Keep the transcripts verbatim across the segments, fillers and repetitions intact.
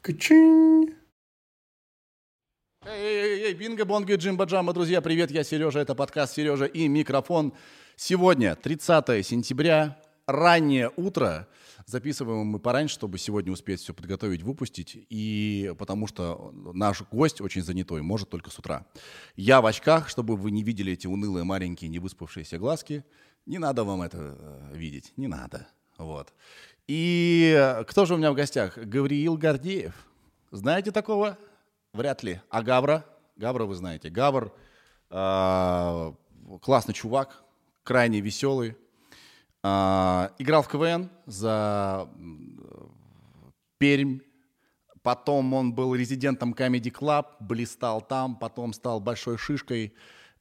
Качинь. Эй-эй-эй, бинго-бонго, джимба-джамба, друзья, привет, я Сережа, это подкаст «Сережа и микрофон». Сегодня тридцатое сентября, раннее утро. Записываем мы пораньше, чтобы сегодня успеть все подготовить, выпустить, и потому что наш гость очень занятой, может только с утра. Я в очках, чтобы вы не видели эти унылые, маленькие, невыспавшиеся глазки. Не надо вам это э, видеть, не надо. Вот. И кто же у меня в гостях? Гавриил Гордеев. Знаете такого? Вряд ли. А Гавра? Гавра вы знаете. Гавр э, классный чувак, крайне веселый. Э, играл в КВН за Пермь. Потом он был резидентом Comedy Club, блистал там. Потом стал большой шишкой.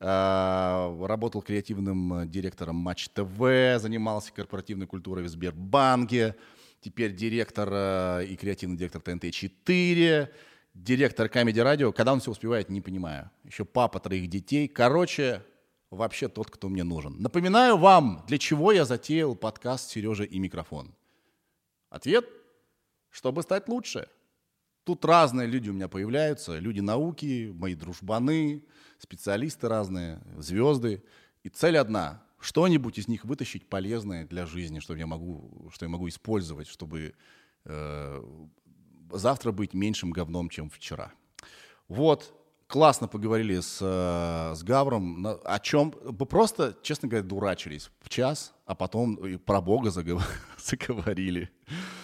Э, работал креативным директором Матч ТВ. Занимался корпоративной культурой в Сбербанке. Теперь директор э, и креативный директор Т Н Т четыре. Директор Comedy Radio, когда он все успевает, не понимаю. Еще папа троих детей. Короче, вообще тот, кто мне нужен. Напоминаю вам, для чего я затеял подкаст «Сережа и микрофон». Ответ – чтобы стать лучше. Тут разные люди у меня появляются. Люди науки, мои дружбаны, специалисты разные, звезды. И цель одна – что-нибудь из них вытащить полезное для жизни, что я могу, что я могу использовать, чтобы... Э- завтра быть меньшим говном, чем вчера. Вот, классно поговорили с, с Гавром. О чем? Просто, честно говоря, дурачились в час, а потом про Бога заговорили.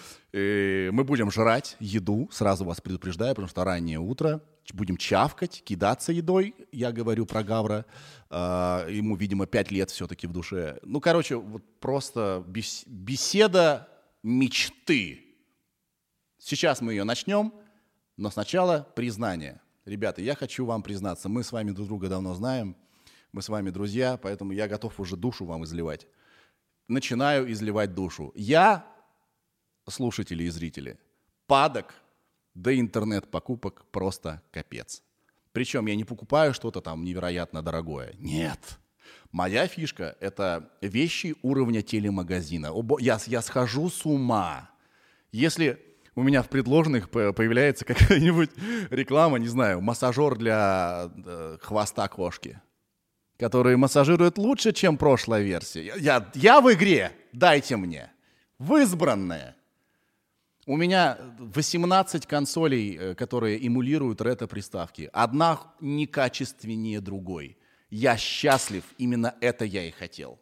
И мы будем жрать еду, сразу вас предупреждаю, потому что раннее утро. Будем чавкать, кидаться едой, я говорю про Гавра. Ему, видимо, пять лет все-таки в душе. Ну, короче, вот просто беседа мечты. Сейчас мы ее начнем, но сначала признание. Ребята, я хочу вам признаться, мы с вами друг друга давно знаем, мы с вами друзья, поэтому я готов уже душу вам изливать. Начинаю изливать душу. Я, слушатели и зрители, падок до интернет-покупок просто капец. Причем я не покупаю что-то там невероятно дорогое. Нет. Моя фишка – это вещи уровня телемагазина. Я, я схожу с ума. Если... У меня в предложенных появляется какая-нибудь реклама, не знаю, массажер для э, хвоста кошки, который массажирует лучше, чем прошлая версия. Я, я в игре, дайте мне. В избранное. У меня восемнадцать консолей, которые эмулируют ретро-приставки. Одна некачественнее другой. Я счастлив, именно это я и хотел.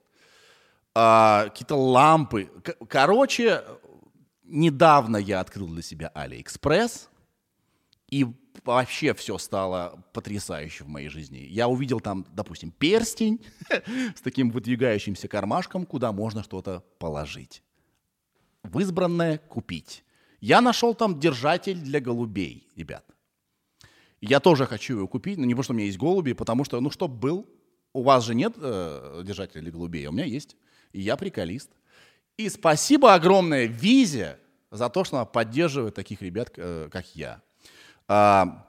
А, какие-то лампы. К- короче... Недавно я открыл для себя AliExpress, и вообще все стало потрясающе в моей жизни. Я увидел там, допустим, перстень с таким выдвигающимся кармашком, куда можно что-то положить. В избранное купить. Я нашел там держатель для голубей, ребят. Я тоже хочу его купить, но не потому, что у меня есть голуби, потому что, ну, чтоб был. У вас же нет э, держателя для голубей, а у меня есть. И я приколист. И спасибо огромное Визе за то, что она поддерживает таких ребят, как я. Я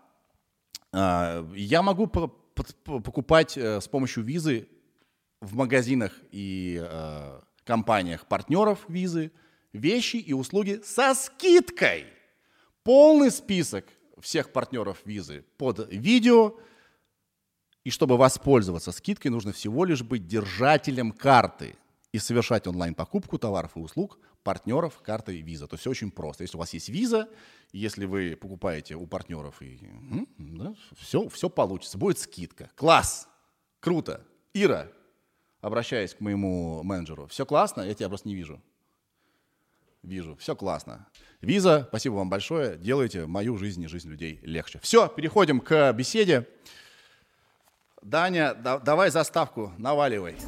могу покупать с помощью Визы в магазинах и компаниях партнеров Визы вещи и услуги со скидкой. Полный список всех партнеров Визы под видео. И чтобы воспользоваться скидкой, нужно всего лишь быть держателем карты и совершать онлайн-покупку товаров и услуг партнеров картой Visa. То есть все очень просто. Если у вас есть Visa, если вы покупаете у партнеров, и, да, все, все получится. Будет скидка. Класс! Круто! Ира, обращаясь к моему менеджеру, все классно? Я тебя просто не вижу. Вижу. Все классно. Visa, спасибо вам большое. Делаете мою жизнь и жизнь людей легче. Все, переходим к беседе. Даня, да, давай заставку, наваливай.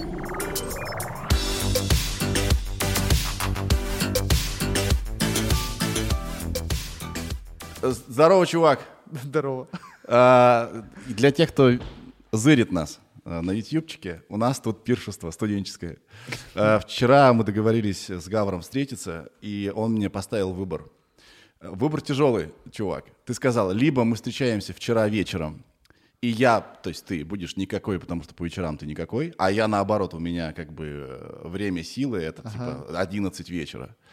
Здорово, чувак. Здорово. А, для тех, кто зырит нас а, на ютубчике, у нас тут пиршество студенческое. А, вчера мы договорились с Гавром встретиться, и он мне поставил выбор. Выбор тяжелый, чувак. Ты сказал, либо мы встречаемся вчера вечером, и я, то есть ты будешь никакой, потому что по вечерам ты никакой, а я наоборот, у меня как бы время силы, это ага. типа одиннадцать вечера.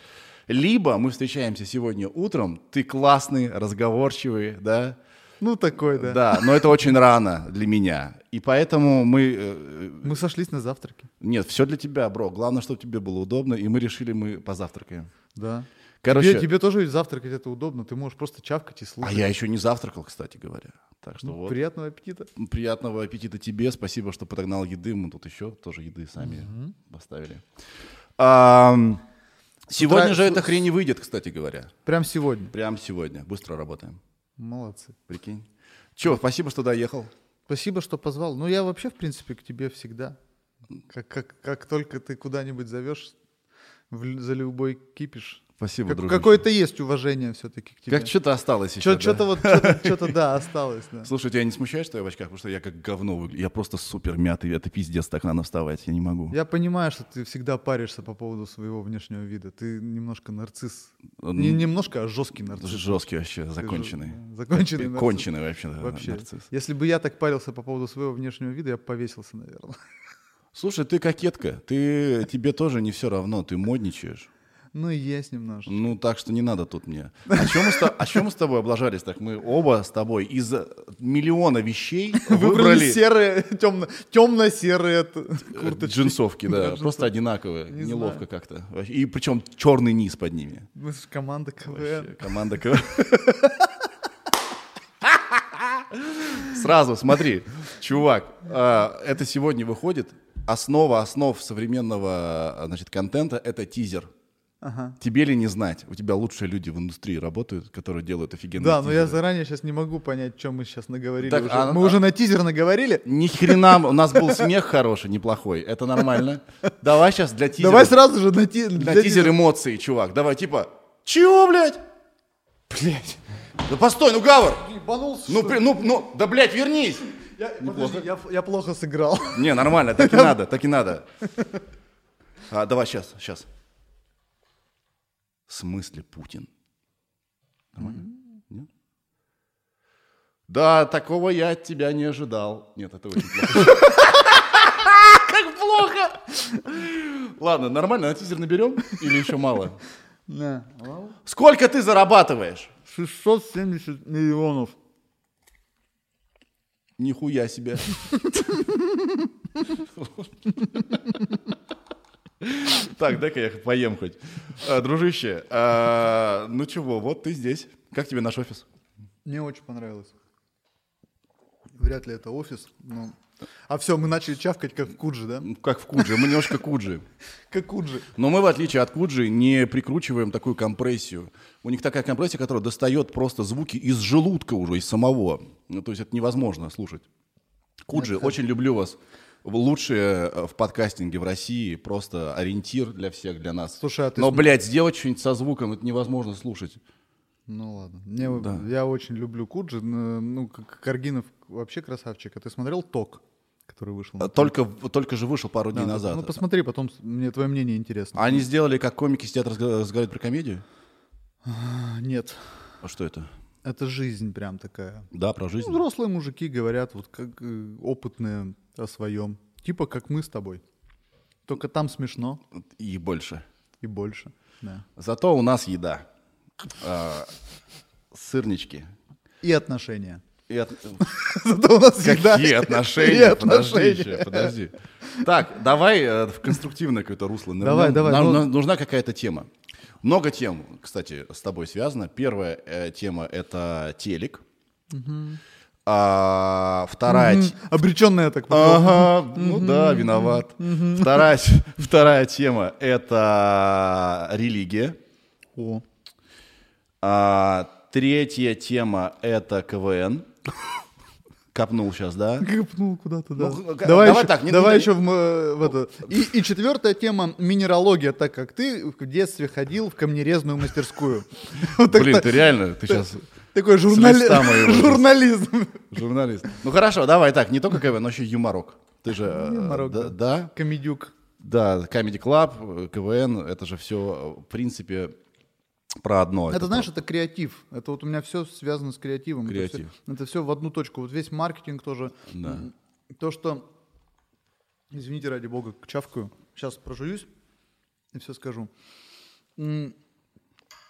Либо мы встречаемся сегодня утром, ты классный, разговорчивый, да? Ну, такой, да. Да, но это очень рано для меня. И поэтому мы... э, Мы сошлись на завтраке. Нет, все для тебя, бро. Главное, чтобы тебе было удобно, и мы решили, мы позавтракаем. Да. Короче, Тебе, тебе тоже ведь завтракать это удобно, ты можешь просто чавкать и а слушать. я еще не завтракал, кстати говоря. Так что Ну, вот. приятного аппетита. Приятного аппетита тебе. Спасибо, что подогнал еды. Мы тут еще тоже еды сами Мгм. поставили. Ам, сегодня утра- же с- эта хрень и выйдет, кстати говоря. Прям сегодня. Прямо сегодня. Быстро работаем. Молодцы. Прикинь. Че, спасибо, что доехал. Спасибо, что позвал. Ну, я вообще, в принципе, к тебе всегда. Как, как, как только ты куда-нибудь зовешь, в лю- за любой кипиш. Спасибо, Как- дружище. какое-то есть уважение все-таки к тебе. Как что-то осталось еще, Чё- да? Что-то вот, что-то, что-то, да, осталось. Да. Слушай, тебя не смущает, что я в очках? Потому что я как говно выгляжу. Я просто супер мятый. Это пиздец, так рано вставать. Я не могу. Я понимаю, что ты всегда паришься по поводу своего внешнего вида. Ты немножко нарцисс. Он Не немножко, а жесткий нарцисс. Жесткий вообще, Ты же- законченный. да, Законченный нарцисс. Конченый вообще, да, Вообще. нарцисс. Если бы я так парился по поводу своего внешнего вида, я бы повесился, наверное. Слушай, ты кокетка. Ты, тебе тоже не все равно. Ты модничаешь. Ну, и есть немножко. Ну, так что не надо тут мне. А чем мы, с то- а чё мы с тобой облажались? Так мы оба с тобой из миллиона вещей Выбрали выбрали серые, темно, темно-серые т- э, курточки. джинсовки, да, джинсовки. просто одинаковые. Не Неловко знаю. как-то. И причем черный низ под ними. Мы же команда КВН. Вообще, команда КВН. Сразу, смотри, чувак, а, это сегодня выходит. Основа основ современного, значит, контента — это тизер. Ага. Тебе ли не знать? У тебя лучшие люди в индустрии работают, которые делают офигенные Да, но я тизеры. заранее сейчас не могу понять, что мы сейчас наговорили. Так, уже. а- Мы а- уже на тизер наговорили? Ни хрена, у нас был смех хороший, неплохой. Это нормально. Давай сейчас для тизера. Давай сразу же на, ти- Для для тизера эмоции, чувак. Давай, типа, чего, блядь? Блядь. Да постой, ну, Гавр. Ебанулся, Ну, что при- ли? ну, ну, да, блядь, вернись. Я, подожди, я, я плохо сыграл. Не, нормально, так и надо, так и надо. А, давай, сейчас, сейчас. В смысле Путин? Нормально? Нет? Да, такого я от тебя не ожидал. Нет, это очень плохо. Как плохо! Ладно, нормально, на тизер наберем или еще мало? На. Сколько ты зарабатываешь? шестьсот семьдесят миллионов. Нихуя себе. Так, дай-ка я поем хоть. А, дружище, а, ну чего, вот ты здесь. Как тебе наш офис? Мне очень понравилось. Вряд ли это офис, но... А все, мы начали чавкать, как в Куджи, да? Ну, как в Куджи, мы немножко Куджи. Как Куджи. Но мы, в отличие от Куджи, не прикручиваем такую компрессию. У них такая компрессия, которая достает просто звуки из желудка уже, из самого. Ну, то есть это невозможно слушать. Куджи, Это- очень люблю вас. Вы лучшие э, в подкастинге в России. Просто ориентир для всех, для нас. Слушай, а ты Но, см- блядь, сделать что-нибудь со звуком, это невозможно слушать. Ну ладно. Мне, Да. Я очень люблю Куджи. но, Ну, как Каргинов вообще красавчик. А ты смотрел «Ток», который вышел? на Только, только же вышел пару Да, дней ну, назад. Ну, посмотри, потом с- мне твое мнение интересно. Они сделали, как комики сидят, разга- разговаривают про комедию? А, Нет, А что это? это жизнь прям такая. Да, про жизнь. Ну, взрослые мужики говорят, вот как э, опытные о своем. Типа как мы с тобой. Только там смешно И больше. и больше. Да. Зато у нас еда. А, сырнички. И отношения. И от- Зато у нас всегда Какие и отношения? Подожди отношения. еще, подожди. Так, давай э, в конструктивное какое-то русло нырнем. Давай, давай, Нам ну- нам нужна какая-то тема. Много тем, кстати, с тобой связано. Первая э, тема — это телек. А, вторая... те- Обреченная, я так понял. Ага, ну да, виноват. Вторая, вторая тема — это религия. О. А, третья тема — это КВН. Копнул сейчас, да? Копнул куда-то, да. Ну, г- давай давай еще, так, не- давай не- еще в, м- в это. И, и четвертая тема — минералогия, так как ты в детстве ходил в камнерезную мастерскую. Вот так- Блин, ты реально, ты сейчас Такой журнали- листа моего. журнализм. журналист. Ну хорошо, давай так, не только КВН, но еще юморок. Ты же... э, Юморок, да, да. да, Комедюк. да, Comedy Club, КВН, это же все, в принципе, про одно. Это, про- знаешь, это креатив. Это вот у меня все связано с креативом. Креатив. Это все, в одну точку. Вот весь маркетинг тоже. Да. М, То, что... Извините, ради бога, чавкаю. Сейчас прожуюсь и все скажу. М,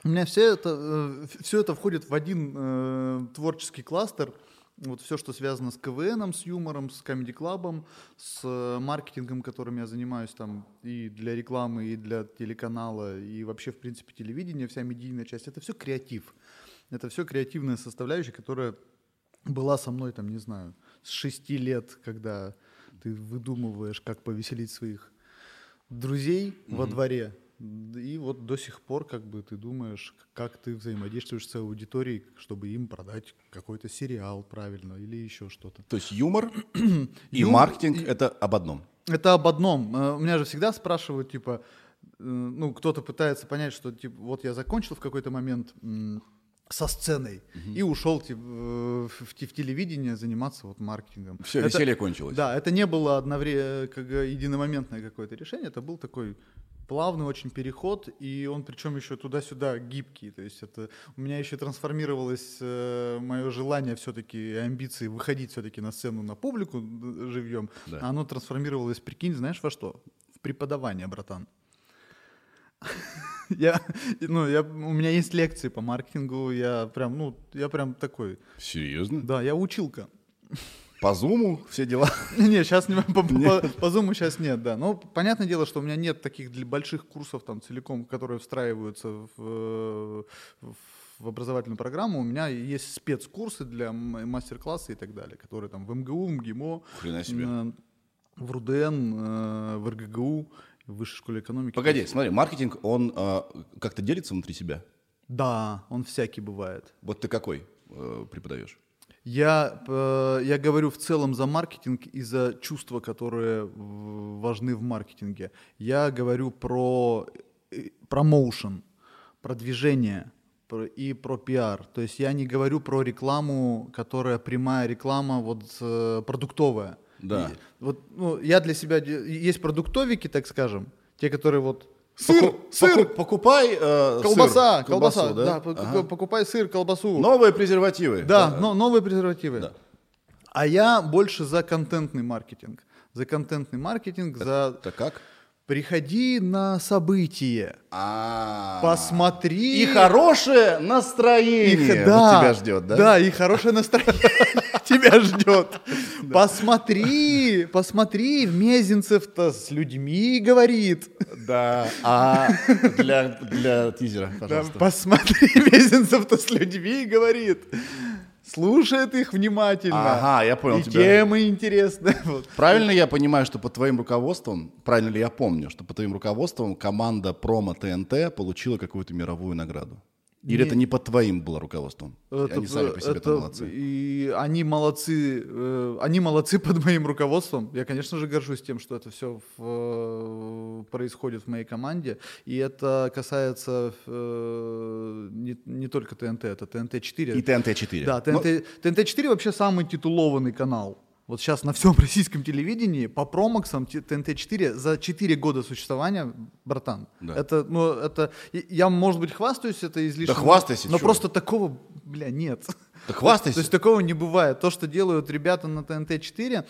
У меня все это, все это входит в один э, творческий кластер. Вот все, что связано с КВНом, с юмором, с комеди-клабом, с маркетингом, которым я занимаюсь там и для рекламы, и для телеканала, и вообще, в принципе, телевидения, вся медийная часть, это все креатив. Это все креативная составляющая, которая была со мной, там, не знаю, с шести лет, когда ты выдумываешь, как повеселить своих друзей mm-hmm. во дворе. И вот до сих пор как бы ты думаешь, как ты взаимодействуешь с аудиторией, чтобы им продать какой-то сериал правильно или еще что-то. То есть юмор и маркетинг — это об одном? Это об одном. У меня же всегда спрашивают, типа, ну, кто-то пытается понять, что, типа, вот я закончил в какой-то момент со сценой угу. и ушел типа, в, в телевидение заниматься вот маркетингом. Все, это, веселье кончилось. Да, это не было одновременно как единомоментное какое-то решение, это был такой плавный очень переход, и он причем еще туда-сюда гибкий. То есть это у меня еще трансформировалось э, мое желание все-таки, амбиции выходить все-таки на сцену, на публику живьем. Да. А оно трансформировалось, прикинь, знаешь во что? В преподавание, братан. Я, ну, я, у меня есть лекции по маркетингу, я прям, ну, я прям такой. Серьезно? Да, я училка. По зуму все дела? Нет, сейчас не, по, по, по зуму сейчас нет, да. Но понятное дело, что у меня нет таких для больших курсов там целиком, которые встраиваются в, в образовательную программу. У меня есть спецкурсы для мастер-класса и так далее, которые там в МГУ, МГИМО, в РУДН, в РГГУ, в Высшей школе экономики. Погоди, смотри, маркетинг, он э, как-то делится внутри себя? Да, он всякий бывает. Вот ты какой э, преподаешь? Я, э, я говорю в целом за маркетинг и за чувства, которые важны в маркетинге. Я говорю про промоушен, про движение про, и про пиар. То есть я не говорю про рекламу, которая прямая реклама, вот э, продуктовая. Да. И, вот, ну, я для себя... Есть продуктовики, так скажем, те, которые вот... Сыр, Поку, сыр, поку, покупай э, колбаса, сыр, колбаса, колбасу, да, да ага. покупай сыр, колбасу. Новые презервативы. Да, да. Но, новые презервативы. Да. А я больше за контентный маркетинг. За контентный маркетинг, это, за... Это как? Приходи на событие, А-а-а. посмотри. И хорошее настроение и, да, тебя ждет, да? Да, и хорошее настроение тебя ждет. Посмотри, посмотри, Мезенцев-то с людьми говорит. Да, а для, для тизера, пожалуйста. Посмотри, Мезенцев-то с людьми говорит. Слушает их внимательно. Ага, я понял и тебя. И темы интересные. Вот. Правильно я понимаю, что под твоим руководством, правильно ли я помню, что под твоим руководством команда промо ТНТ получила какую-то мировую награду? Или не, это не под твоим было руководством? Это, они сами по себе это, молодцы. И они молодцы, э, они молодцы под моим руководством. Я, конечно же, горжусь тем, что это все в, э, происходит в моей команде. И это касается э, не, не только ТНТ, это ТНТ четыре. И ТНТ четыре. Да, ТНТ, Но... ТНТ четыре вообще самый титулованный канал. Вот сейчас на всем российском телевидении по промоксам ТНТ четыре за четыре года существования, братан, да. это, ну, это, я, может быть, хвастаюсь, это излишне. Да хвастайся, но чё? Просто такого, бля, нет. Да хвастайся. То есть такого не бывает. То, что делают ребята на ТНТ четыре,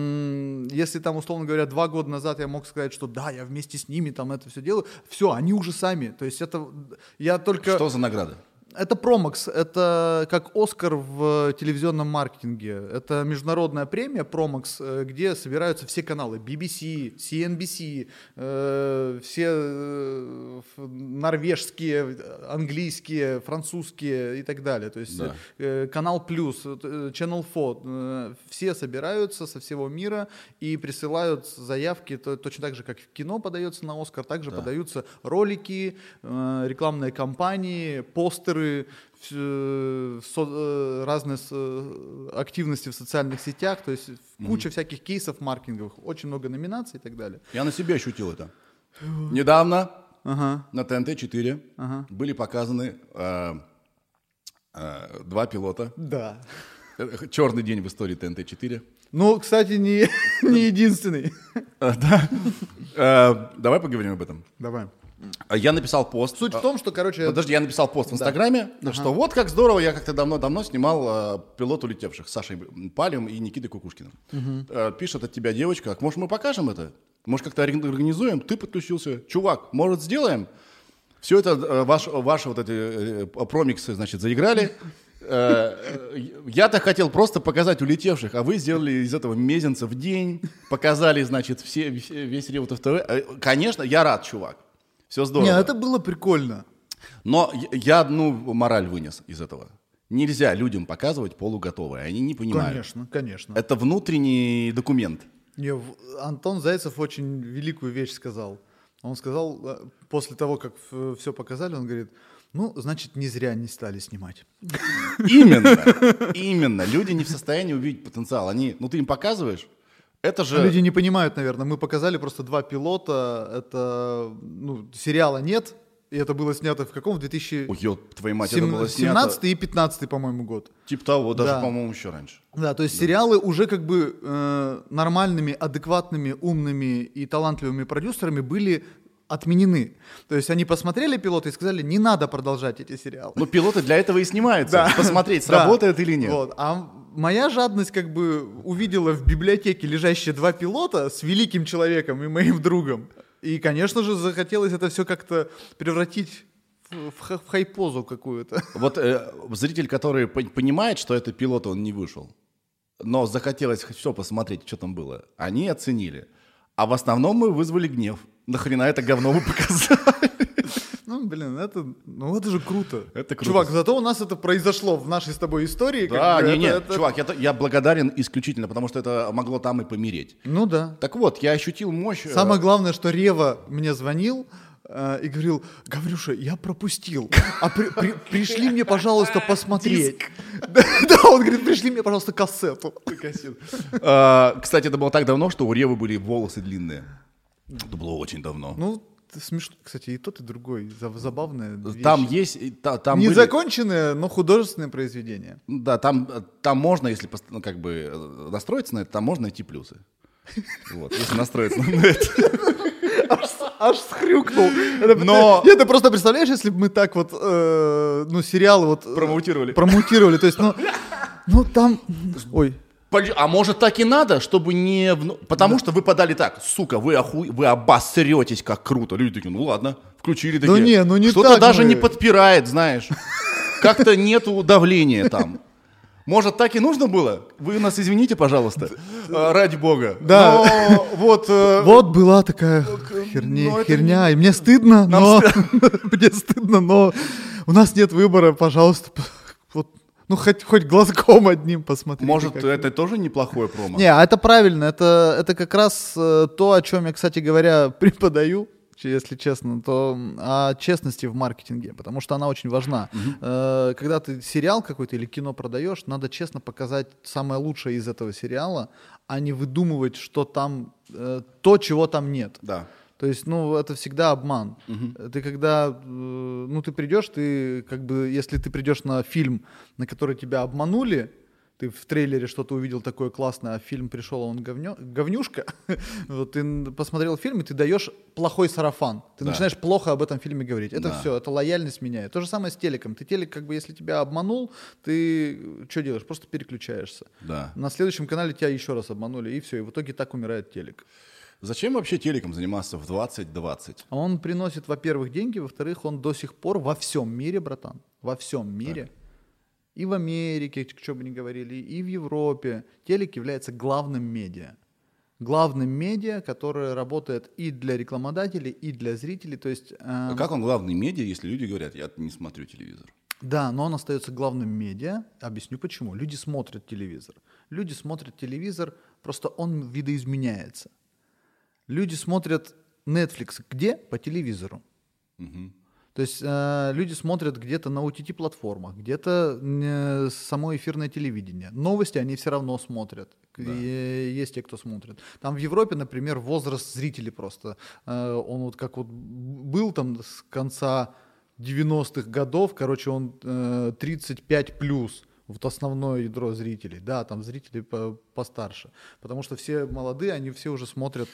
если там, условно говоря, два года назад я мог сказать, что да, я вместе с ними там это все делаю, все, они уже сами. То есть это, я только... Что за награда? Это промокс, это как Оскар в телевизионном маркетинге. Это международная премия промокс, где собираются все каналы: би би си, си эн би си, э, все э, норвежские, английские, французские и так далее. То есть да. э, Канал Плюс, Channel четыре, э, все собираются со всего мира и присылают заявки, то, точно так же, как в кино подается на Оскар, также да. подаются ролики, э, рекламные кампании, постеры, разные активности в социальных сетях, то есть куча mm-hmm. всяких кейсов маркетинговых, очень много номинаций и так далее. Я на себе ощутил это. Недавно ага. на ТНТ четыре ага. были показаны э, э, два пилота. Да. Черный день в истории ТНТ четыре. Ну, кстати, не, не единственный. Да. Давай поговорим об этом. Давай. Я написал пост. Суть в том, что, короче... Подожди, я написал пост в Инстаграме, да. что ага. вот как здорово, я как-то давно-давно снимал э, «Пилот улетевших» с Сашей Палем и Никитой Кукушкиным. Угу. Э, пишет от тебя девочка: может, мы покажем это? Может, как-то организуем? Ты подключился. Чувак, может, сделаем? Все это э, ваш, ваши вот эти э, промиксы, значит, заиграли. Э, э, Я-то хотел просто показать улетевших, а вы сделали из этого мезенца в день, показали, значит, все, все- весь Реутов ТВ. Э, Конечно, я рад, чувак. Все здорово. Не, это было прикольно. Но я- я одну мораль вынес из этого. Нельзя людям показывать полуготовое, они не понимают. Конечно, конечно. Это внутренний документ. Не, в- Антон Зайцев очень великую вещь сказал. Он сказал, э, после того, как все показали, он говорит, ну, значит, не зря не стали снимать. Именно, именно. Люди не в состоянии увидеть потенциал. Они, ну ты им показываешь, это же... Люди не понимают, наверное. Мы показали просто два пилота. Это, ну, сериала нет. И это было снято в каком? В две тысячи Ой, ёб, твою мать, это было снято... семнадцатый и пятнадцатый, по-моему, год. Типа того, даже, Да. по-моему, еще раньше. Да, то есть сериалы уже как бы э, нормальными, адекватными, умными и талантливыми продюсерами были отменены. То есть они посмотрели пилоты и сказали, не надо продолжать эти сериалы. Ну, пилоты для этого и снимаются. Да. Посмотреть, Да. сработает или нет. Вот. А моя жадность как бы увидела в библиотеке лежащие два пилота с великим человеком и моим другом. И, конечно же, захотелось это все как-то превратить в, в ха- в хайпозу какую-то. Вот э, зритель, который пон- понимает, что это пилот, он не вышел, но захотелось все посмотреть, что там было, они оценили. А в основном мы вызвали гнев. Нахрена это говно вы показали? Ну, блин, это, ну, это же круто. Это круто. Чувак, зато у нас это произошло в нашей с тобой истории. как Да, бы, не, это- не, это- чувак, я, я благодарен исключительно, потому что это могло там и помереть. Ну да. Так вот, я ощутил мощь. э, Самое главное, что Рева мне звонил э, и говорил, Гаврюша, я пропустил, а при- при- пришли мне, пожалуйста, посмотреть. Да, да, он говорит, пришли мне, пожалуйста, кассету. А, Кстати, это было так давно, что у Ревы были волосы длинные. Это было очень давно. Ну, ты смешно. Кстати, и тот, и другой. За- Забавная вещь. Там есть, и та- там были- Незаконченное, но художественное произведение. Да, там, э, там можно, если пост- ну, как бы э, настроиться на это, там можно найти плюсы. Вот, если настроиться на это. Аж схрюкнул. Это, Но- Нет, ты просто представляешь, если бы мы так вот, э, ну, сериалы вот... э, Промоутировали. Промоутировали, то есть, ну, ну там... Ой. Поли- А может так и надо, чтобы не... вну- Потому что вы подали так, сука, вы, оху... вы обосретесь, как круто. Люди такие, ну ладно, включили такие. Ну не, ну не Что-то так даже мы. не подпирает, знаешь. Как-то нету давления там. Может, так и нужно было? Вы нас извините, пожалуйста. А, Ради бога. Да. Но вот... э, Вот была такая херня, ну, это херня, и мне стыдно, Нам но... Мне стыдно, но у нас нет выбора, пожалуйста. п- Вот, ну, хоть, хоть глазком одним посмотрите. Может, как- это тоже неплохое промо? Не, а это правильно, это, это как раз э, то, о чем я, кстати говоря, преподаю, че- если честно, то м, о честности в маркетинге, потому что она очень важна. Э, когда ты сериал какой-то или кино продаешь, надо честно показать самое лучшее из этого сериала, а не выдумывать, что там, э, то, чего там нет. Да. То есть, ну, это всегда обман. Ты когда, э, ну, ты придешь, ты как бы, если ты придешь на фильм, на который тебя обманули, ты в трейлере что-то увидел такое классное, а фильм пришел, а он говнё, говнюшка, вот ты н- посмотрел фильм, и ты даешь плохой сарафан. Ты Да. начинаешь плохо об этом фильме говорить. Это Да. все, это лояльность меняет. То же самое с телеком. Ты телек, как бы, если тебя обманул, ты что делаешь? Просто переключаешься. Да. На следующем канале тебя еще раз обманули, и все. И в итоге так умирает телек. Зачем вообще телеком заниматься в двадцать двадцать? А Он приносит, во-первых, деньги, во-вторых, он до сих пор во всем мире, братан, во всем мире, и в Америке, что бы ни говорили, и в Европе, телек является главным медиа. Главным медиа, которое работает и для рекламодателей, и для зрителей. То есть, э, А как он главный медиа, если люди говорят, я не смотрю телевизор? да, но он остается главным медиа. Объясню почему. Люди смотрят телевизор. Люди смотрят телевизор, просто он видоизменяется. Люди смотрят Netflix где? По телевизору. Мгм. То есть э, люди смотрят где-то на о ти ти-платформах, где-то э, само эфирное телевидение. Новости они все равно смотрят. Да. И есть те, кто смотрит. Там в Европе, например, возраст зрителей просто. э, он вот как вот был там с конца девяностых годов, короче, он э, тридцать пять плюс. Вот основное ядро зрителей. Да, там зрители по- постарше. Потому что все молодые, они все уже смотрят.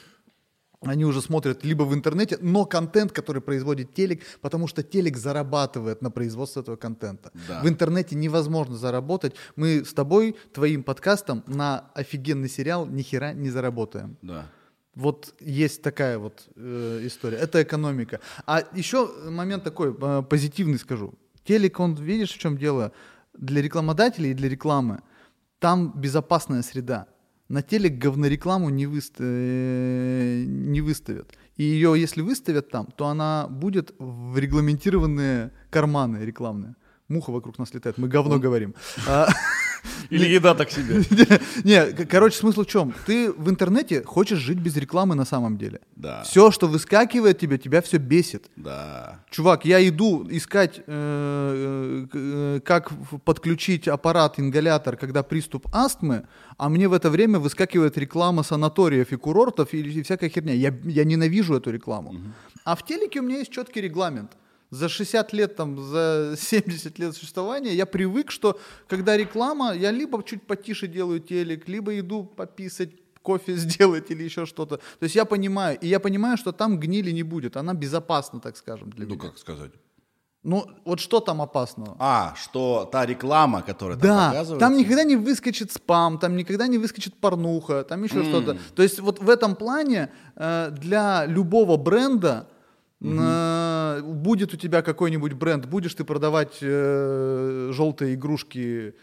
Они уже смотрят либо в интернете, но контент, который производит телек, потому что телек зарабатывает на производстве этого контента. Да. В интернете невозможно заработать. Мы с тобой, твоим подкастом, на офигенный сериал ни хера не заработаем. Да. Вот есть такая вот э, история. Это экономика. А еще момент такой, э, позитивный скажу. Телек, он, видишь, в чем дело? Для рекламодателей и для рекламы там безопасная среда. На телек говнорекламу не, выста- э, не выставят. И ее, если выставят там, то она будет в регламентированные карманы рекламные. Муха вокруг нас летает, мы говно говорим. Или еда так себе. Не, короче, смысл в чем? Ты в интернете хочешь жить без рекламы на самом деле. Да. Все, что выскакивает тебе, тебя все бесит. Да. Чувак, я иду искать, э, э, как подключить аппарат, ингалятор, когда приступ астмы, а мне в это время выскакивает реклама санаториев и курортов и, и всякая херня. Я, я ненавижу эту рекламу. Угу. А в телеке у меня есть четкий регламент. За шестьдесят лет, там, за семьдесят лет существования я привык, что когда реклама, я либо чуть потише делаю телек, либо иду пописать, кофе сделать или еще что-то. То есть я понимаю, и я понимаю, что там гнили не будет, она безопасна, так скажем, для ну, меня. Ну, как сказать? Ну, вот что там опасного? А, что та реклама, которая да, там показывается... там никогда не выскочит спам, там никогда не выскочит порнуха, там еще mm. что-то. То есть вот в этом плане э, для любого бренда Uh-huh. будет у тебя какой-нибудь бренд, будешь ты продавать э, желтые игрушки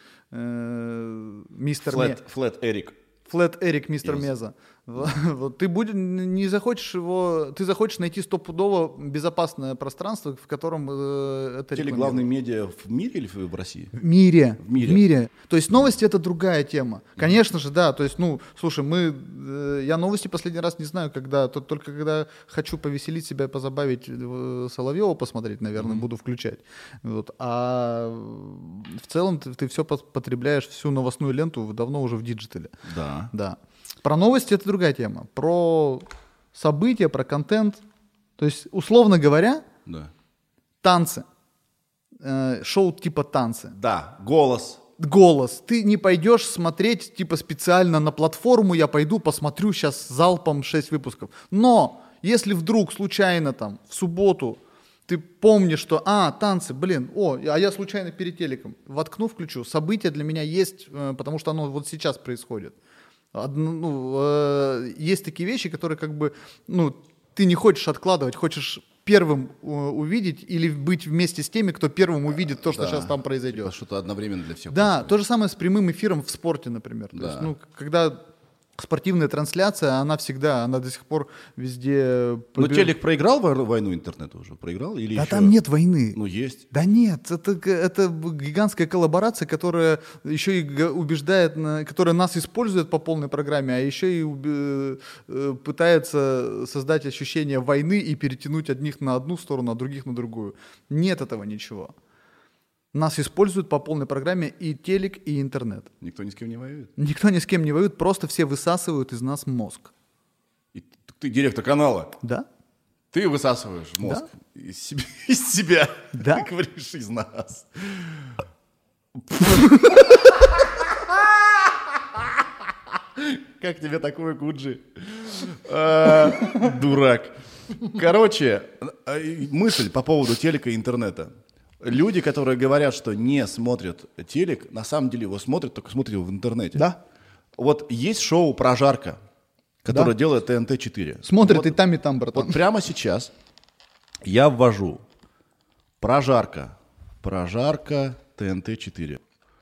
э, мистер Flat, Flat Eric. Flat Eric, мистер yes. Меза. Вот, ты будешь, не захочешь его, ты захочешь найти стопудово безопасное пространство, в котором э, это Теле главный медиа в мире или в России? В мире, в мире. В мире. То есть новости — это другая тема. Конечно же, да. То есть, ну, слушай, мы, э, я новости последний раз не знаю, когда, то, только когда хочу повеселить себя, позабавить, э, Соловьева посмотреть, наверное, mm-hmm. буду включать. Вот. А в целом ты, ты все потребляешь, всю новостную ленту давно уже в диджитале. Да. Да. Про новости — это другая тема. Про события, про контент. То есть, условно говоря, да. танцы. Э, шоу типа танцы. Да, голос. Голос. Ты не пойдешь смотреть типа специально на платформу, я пойду посмотрю сейчас залпом шесть выпусков. Но если вдруг случайно там в субботу ты помнишь, что, а, танцы, блин, о, а я случайно перед телеком, воткну, включу. Событие для меня есть, э, потому что оно вот сейчас происходит. Одно, ну, э, есть такие вещи, которые как бы, ну, ты не хочешь откладывать, хочешь первым э, увидеть или быть вместе с теми, кто первым увидит то, что да, сейчас там произойдет. Типа что-то одновременно для всех. Да, происходит. То же самое с прямым эфиром в спорте, например. Да. То есть, ну, когда спортивная трансляция, она всегда, она до сих пор везде... Но побед... телек проиграл войну интернета уже? Проиграл? Или да еще... там нет войны. Ну, есть. Да нет, это, это гигантская коллаборация, которая еще и убеждает, которая нас использует по полной программе, а еще и пытается создать ощущение войны и перетянуть одних на одну сторону, а других на другую. Нет этого ничего. Нас используют по полной программе и телек, и интернет. Никто ни с кем не воюет? Никто ни с кем не воюет, просто все высасывают из нас мозг. И ты директор канала? Да. Ты высасываешь мозг да? из, себя, из себя. Да. Ты говоришь, из нас. Как тебе такое, Куджи? Дурак. Короче, мысль по поводу телека и интернета. Люди, которые говорят, что не смотрят телек, на самом деле его смотрят, только смотрят его в интернете. Да. Вот есть шоу «Прожарка», которое да. делает тэ эн тэ четыре. Смотрят вот, и там, и там, братан. Вот прямо сейчас я ввожу «Прожарка», «Прожарка», тэ эн тэ четыре.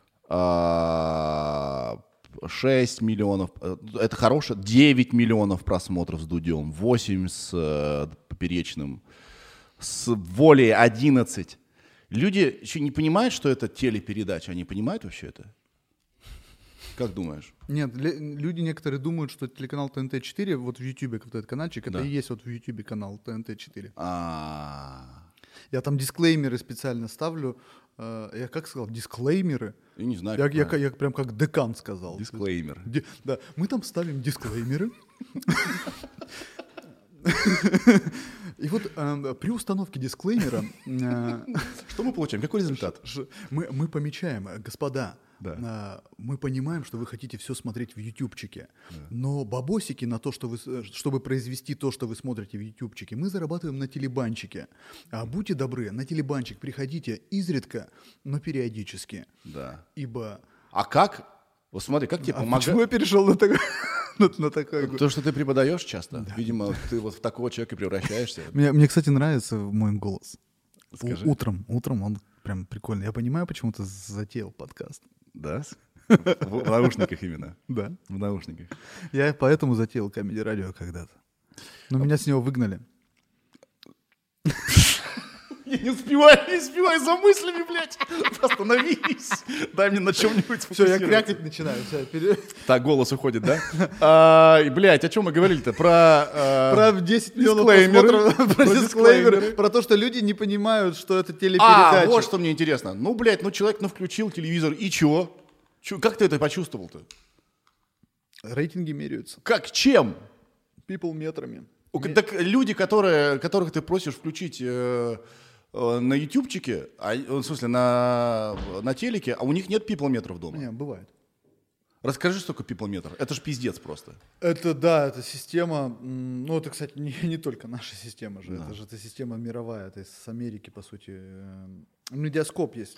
шесть миллионов, это хорошее, девять миллионов просмотров с Дудем, восемь с э, Поперечным, с Волей одиннадцать. Люди еще не понимают, что это телепередача, они понимают вообще это? Как думаешь? Нет, люди некоторые думают, что телеканал тэ эн тэ четыре, вот в Ютубе какой-то этот каналчик, да. это и есть вот в Ютубе канал тэ эн тэ четыре. А-а-а. Я там дисклеймеры специально ставлю. Я как сказал? Дисклеймеры? Я не знаю. Я, я, я, я прям как декан сказал. Дисклеймер. Ди, да, мы там ставим дисклеймеры. И вот э, при установке дисклеймера... Э, что мы получаем? Какой результат? Ш, мы, мы помечаем, господа, да. э, мы понимаем, что вы хотите все смотреть в ютубчике, да. но бабосики на то, что вы, чтобы произвести то, что вы смотрите в ютубчике, мы зарабатываем на телебанчике. А будьте добры, на телебанчик приходите изредка, но периодически. Да. Ибо... А как? Вот смотри, как тебе а помогает... Почему я перешел на такое? на, на такой... То, что ты преподаешь часто, да. Видимо, ты вот в такого человека превращаешься. Мне, мне, кстати, нравится мой голос. Скажи. У, утром, утром он прям прикольный. Я понимаю, почему ты затеял подкаст. Да? В, в наушниках именно? Да. В наушниках. Я поэтому затеял Comedy Radio когда-то. Но а... меня с него выгнали. Я не успеваю, не успеваю за мыслями, блядь. Остановись. Дай мне на чем-нибудь Все, я крякать начинаю. Все, пере... Так, голос уходит, да? а, блядь, о чем мы говорили-то? Про, а... про десять миллионов просмотров, про, про дисклеймеры, про то, что люди не понимают, что это телепередача. А, вот что мне интересно. Ну, блядь, ну человек ну, включил телевизор, и чего? Чё, как ты это почувствовал-то? Рейтинги меряются. Как, чем? People метрами. Так люди, которые, которых ты просишь включить... Э... на ютубчике, а, в смысле, на, на телеке, а у них нет пиплметров дома? Нет, бывает. Расскажи, что такое пиплметр. Это ж пиздец просто. Это, да, это система, ну, это, кстати, не, не только наша система же, да. это же это система мировая, это с Америки, по сути. Медиаскоп есть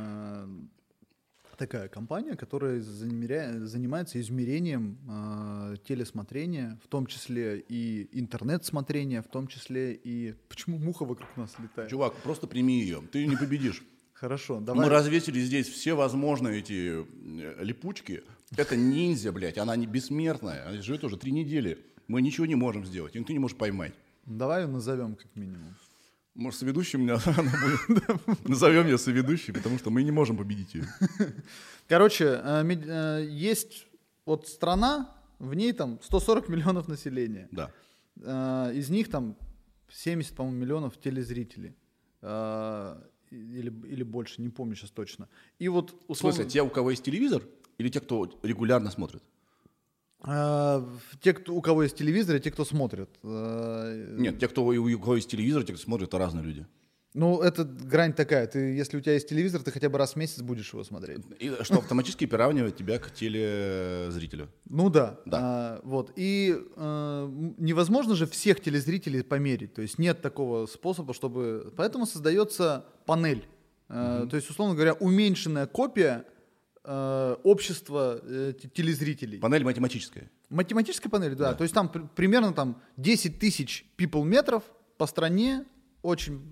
такая компания, которая замеря... занимается измерением э, телесмотрения, в том числе и интернет-смотрения, в том числе и... Почему муха вокруг нас летает? Чувак, просто прими ее, ты не победишь. Хорошо, давай. Мы развесили здесь все возможные эти липучки. Это ниндзя, блядь, она не бессмертная, она живет уже три недели. Мы ничего не можем сделать, никто не может поймать. Давай ее назовем как минимум. Может, соведущим она будет. Назовем ее соведущей, потому что мы не можем победить ее. Короче, есть вот страна, в ней там сто сорок миллионов населения. Да. Из них там семьдесят, по-моему, миллионов телезрителей. Или, или больше, не помню сейчас точно. И вот, условно... В смысле, те, у кого есть телевизор, или те, кто регулярно смотрит? Uh, те, кто, у кого есть телевизор, и те, кто смотрит. Uh, Нет, те, кто, у кого есть телевизор, те, кто смотрит, это разные люди. Ну, это грань такая. Ты, если у тебя есть телевизор, ты хотя бы раз в месяц будешь его смотреть. И что автоматически приравнивает тебя к телезрителю. Ну да. да. А, вот. И а, невозможно же всех телезрителей померить. То есть нет такого способа, чтобы... Поэтому создается панель. А, mm-hmm. То есть, условно говоря, уменьшенная копия общество э, телезрителей. Панель математическая. Математическая панель, да. да. То есть там пр- примерно там десять тысяч people-метров по стране очень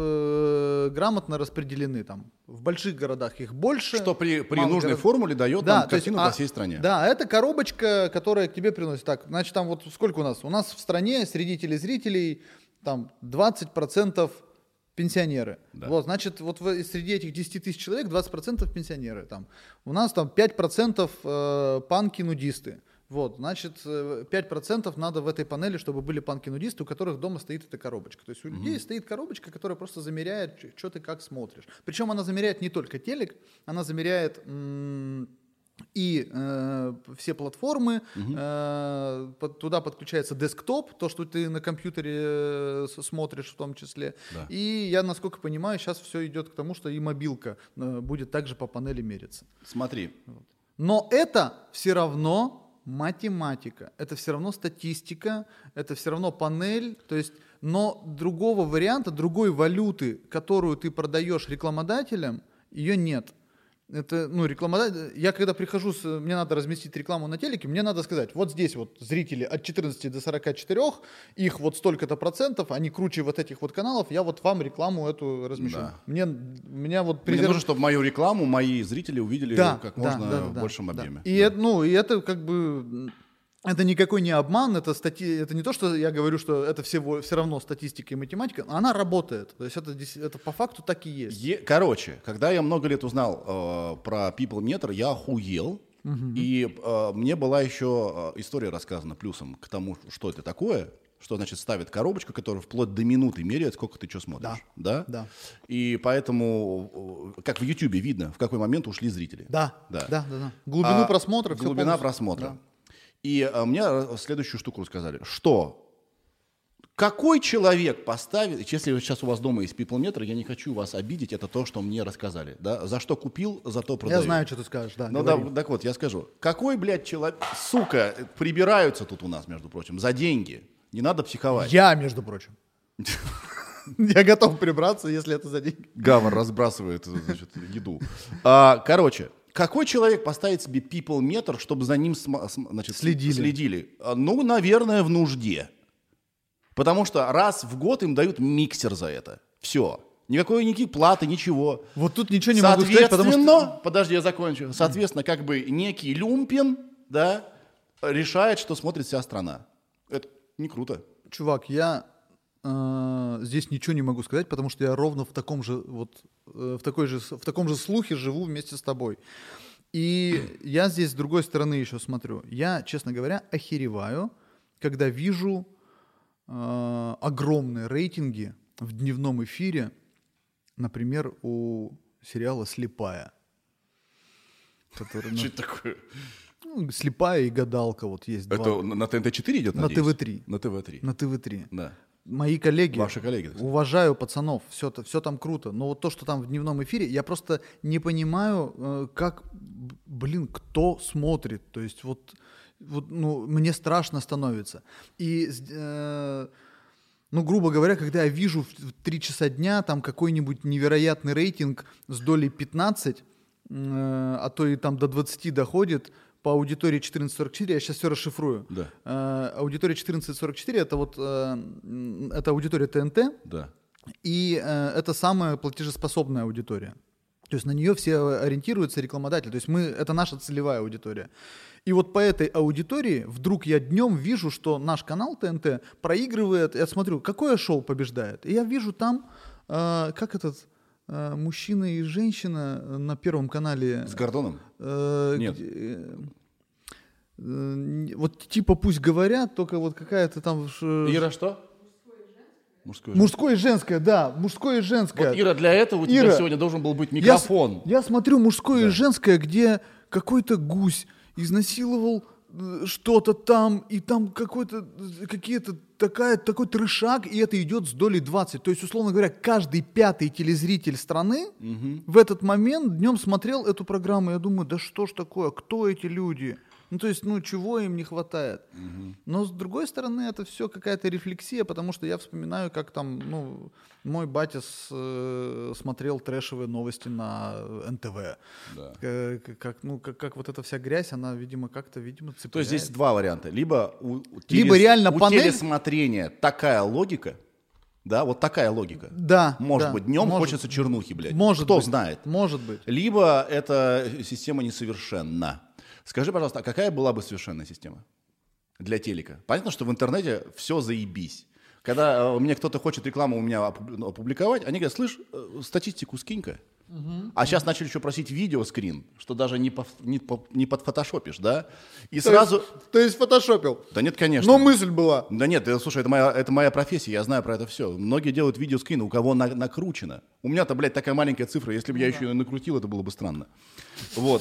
э, грамотно распределены. Там. В больших городах их больше. Что при, при нужной город... формуле дает да, нам картину есть, по а, всей стране. Да, это коробочка, которая к тебе приносит. Так, значит, там вот сколько у нас? У нас в стране среди телезрителей там двадцать процентов пенсионеры. Да. Вот, значит, вот в, среди этих десять тысяч человек двадцать процентов пенсионеры. Там. У нас там пять процентов э, панки-нудисты. Вот, значит, пять процентов надо в этой панели, чтобы были панки-нудисты, у которых дома стоит эта коробочка. То есть у mm-hmm. людей стоит коробочка, которая просто замеряет, что ты как смотришь. Причем она замеряет не только телек, она замеряет... М- И э, все платформы, угу. э, под, туда подключается десктоп, то, что ты на компьютере э, смотришь в том числе. Да. И я, насколько понимаю, сейчас все идет к тому, что и мобилка э, будет также по панели мериться. Смотри. Вот. Но это все равно математика, это все равно статистика, это все равно панель, то есть, но другого варианта, другой валюты, которую ты продаешь рекламодателям, ее нет. Это, ну, рекламодатель. Я когда прихожу, с, мне надо разместить рекламу на телеке, мне надо сказать, вот здесь вот зрители от четырнадцати до сорока четырёх, их вот столько-то процентов, они круче вот этих вот каналов, я вот вам рекламу эту размещу. Да. Мне, меня вот презер... Мне нужно, чтобы мою рекламу мои зрители увидели да, как да, можно да, в да, большем да, объеме. Да. И, да. это, ну, и это как бы... Это никакой не обман, это, стати... это не то, что я говорю, что это все, все равно статистика и математика, она работает. То есть это, это по факту так и есть. Е... Короче, когда я много лет узнал э, про PeopleMeter, я охуел. Угу. И э, мне была еще э, история рассказана плюсом к тому, что это такое. Что значит ставит коробочку, которая вплоть до минуты меряет, сколько ты что смотришь. Да. Да? Да. И поэтому, как в Ютубе видно, в какой момент ушли зрители. Да, да, да, да. да. Глубину а, просмотра. Глубина просмотра. Да. И а, мне следующую штуку рассказали, что какой человек поставит, если сейчас у вас дома есть PeopleMeter, я не хочу вас обидеть, это то, что мне рассказали, да, за что купил, за то продаю. Я знаю, что ты скажешь, да. Ну да, так вот, я скажу, какой, блядь, человек, сука, прибираются тут у нас, между прочим, за деньги, не надо психовать. Я, между прочим. Я готов прибраться, если это за деньги. Гавар разбрасывает, значит, еду. А, короче, какой человек поставит себе people метр, чтобы за ним см- см- значит, Следили. следили? Ну, наверное, в нужде. Потому что раз в год им дают миксер за это. Все. Никакой никаких платы, ничего. Вот тут ничего не могу сказать, потому что... Соответственно, подожди, я закончу. Соответственно, как бы некий люмпин, да, решает, что смотрит вся страна. Это не круто. Чувак, я э, здесь ничего не могу сказать, потому что я ровно в таком же вот э, в такой же в таком же слухе живу вместе с тобой. И я здесь с другой стороны еще смотрю. Я, честно говоря, охереваю, когда вижу э, огромные рейтинги в дневном эфире, например, у сериала «Слепая». Который, Что это такое? ну, «Слепая» и «Гадалка» вот есть Это два. на ТНТ четыре идет, На надеюсь? тэ вэ три. На тэ вэ три. На тэ вэ три. Да. Мои коллеги, Ваши коллеги, кстати. уважаю пацанов, все, все там круто, но вот то, что там в дневном эфире, я просто не понимаю, э, как, б- блин, кто смотрит, то есть вот, вот ну, мне страшно становится. И, с- э, ну, грубо говоря, когда я вижу в в три часа дня там какой-нибудь невероятный рейтинг с долей пятнадцать, э, а то и там до двадцати доходит, по аудитории четырнадцать сорок четыре, я сейчас все расшифрую. Да. Э, аудитория четырнадцать сорок четыре это вот э, м, это аудитория ТНТ, Да. и э, это самая платежеспособная аудитория. То есть на нее все ориентируются рекламодатели. То есть мы это наша целевая аудитория. И вот по этой аудитории вдруг я днем вижу, что наш канал ТНТ проигрывает. Я смотрю, какое шоу побеждает. И я вижу там, э, как этот э, мужчина и женщина на Первом канале. С Гордоном? Э, Нет. где, э, э, вот типа пусть говорят, только вот какая-то там... ш- Ира что? Мужское. Мужское и женское, да, мужское и женское. Вот, Ира, для этого у тебя Ира, сегодня должен был быть Я, с- микрофон. я смотрю мужское Да. и женское, где какой-то гусь изнасиловал э, что-то там, и там какой-то, э, какие-то такая, такой трешак, и это идет с долей двадцать. То есть, условно говоря, каждый пятый телезритель страны в этот момент днем смотрел эту программу. Я думаю, да что ж такое, кто эти люди? Ну, то есть, ну, чего им не хватает? Но, с другой стороны, это все какая-то рефлексия, потому что я вспоминаю, как там, ну, мой батя с, э, смотрел трэшевые новости на эн тэ вэ. Да. Э, к- Как, ну, как, как вот эта вся грязь, она, видимо, как-то, видимо, цепляет. То есть здесь два варианта. Либо у, у Либо реально у панель- телесмотрения такая логика, да, вот такая логика. Да, Может да, быть, днем может. хочется чернухи, блядь. Может Кто быть, знает. Может быть. Либо эта система несовершенна. Скажи, пожалуйста, а какая была бы совершенная система для телека? Понятно, что в интернете все заебись. Когда э, мне кто-то хочет рекламу у меня опу- ну, опубликовать, они говорят, слышь, э, статистику скинь-ка. А сейчас начали еще просить видеоскрин, что даже не, по, не, по- не подфотошопишь, да? И То сразу... есть, то есть фотошопил. Да нет, конечно. Но мысль была. Да нет, э, слушай, это моя, это моя профессия, я знаю про это все. Многие делают видеоскрины, у кого на- накручено. У меня-то, блядь, такая маленькая цифра, если бы я еще ее накрутил, это было бы странно. Вот.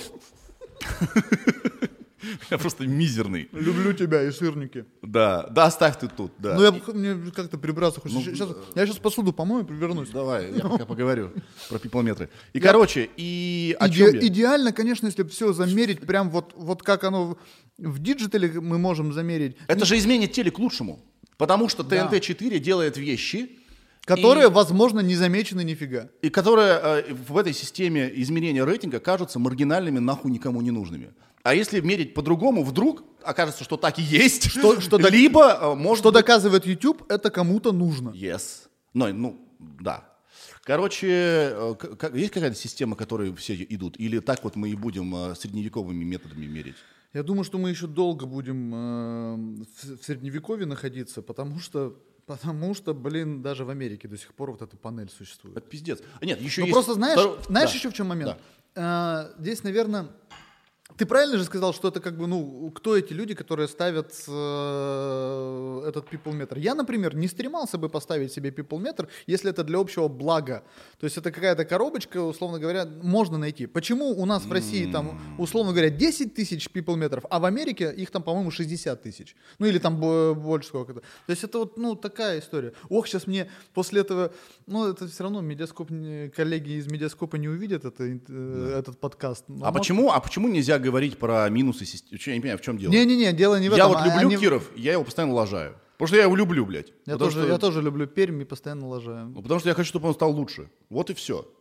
Я просто мизерный. Люблю тебя и сырники. Да, да, оставь ты тут, да. Ну, я, б- мне как-то прибраться хочется. Щас- я сейчас посуду помою и вернусь. Давай, я пока поговорю про пиплометры. И, короче, и о Иде- чем я? идеально, конечно, если все замерить, прям вот, вот как оно в, в диджитале мы можем замерить. Это же изменит телек к лучшему. Потому что Да. ТНТ четыре делает вещи, Которые, и- возможно, не замечены нифига. и которые э, в этой системе измерения рейтинга кажутся маргинальными, нахуй никому не нужными. А если мерить по-другому, вдруг окажется, что так и есть. Что- что док- либо э, может Что быть- доказывает YouTube, это кому-то нужно. Yes. Ну, ну, да. Короче, э, к- как- есть какая-то система, к которой все идут? Или так вот мы и будем э, средневековыми методами мерить? Я думаю, что мы еще долго будем э, в, в средневековье находиться, потому что, потому что, блин, даже в Америке до сих пор вот эта панель существует. Это пиздец. А нет, еще Ну есть... просто знаешь, второй- знаешь да. еще в чем момент? А, здесь, наверное, ты правильно же сказал, что это как бы, ну, кто эти люди, которые ставят э, этот people meter? Я, например, не стремался бы поставить себе people meter, если это для общего блага. То есть это какая-то коробочка, условно говоря, можно найти. Почему у нас в России там, условно говоря, десять тысяч people метров, а в Америке их там, по-моему, шестьдесят тысяч? Ну или там бо- больше сколько-то. То есть это вот, ну, такая история. Ох, сейчас мне после этого, ну, это все равно медиаскоп, не- коллеги из медиаскопа не увидят это, э, этот подкаст. Но А может- почему, а почему нельзя говорить про минусы системы? Я не понимаю, в чем дело? Не-не-не, дело не в этом. Я вот а люблю они- Киров, я его постоянно лажаю. Потому что я его люблю, блядь. Я Потому тоже, что- я тоже люблю Пермь и постоянно лажаю. Ну, потому что я хочу, чтобы он стал лучше. Вот и все.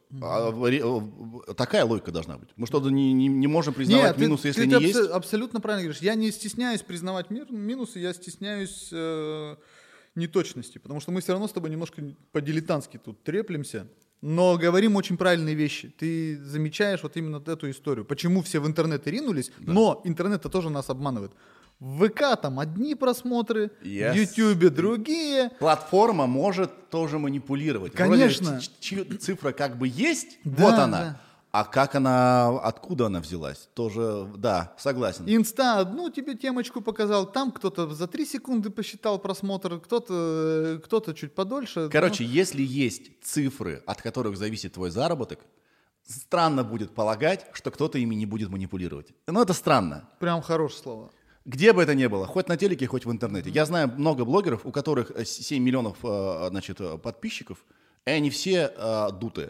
А, ре- такая логика должна быть. Мы что-то не, не, не можем признавать Нет, минусы, ты, если ты не абс- есть. абсолютно правильно говоришь. Я не стесняюсь признавать мир- минусы, я стесняюсь э, неточности, потому что мы все равно с тобой немножко по-дилетантски тут треплемся, но говорим очень правильные вещи. Ты замечаешь вот именно эту историю. Почему все в интернет ринулись, Да. но интернет-то тоже нас обманывает. В ВК там одни просмотры, Yes. в Ютубе другие. Платформа может тоже манипулировать. Конечно. Вроде ч- ч- цифра как бы есть, Да, вот она. да. А как она, откуда она взялась? Тоже, да, согласен. Инста одну тебе темочку показал, там кто-то за три секунды посчитал просмотр, кто-то, кто-то чуть подольше. Короче, если есть цифры, от которых зависит твой заработок, странно будет полагать, что кто-то ими не будет манипулировать. Ну, это странно. Ну, прям хорошее слово. Где бы это ни было, хоть на телеке, хоть в интернете. Я знаю много блогеров, у которых э, семь миллионов э, значит, э, подписчиков, и они все э, дутые.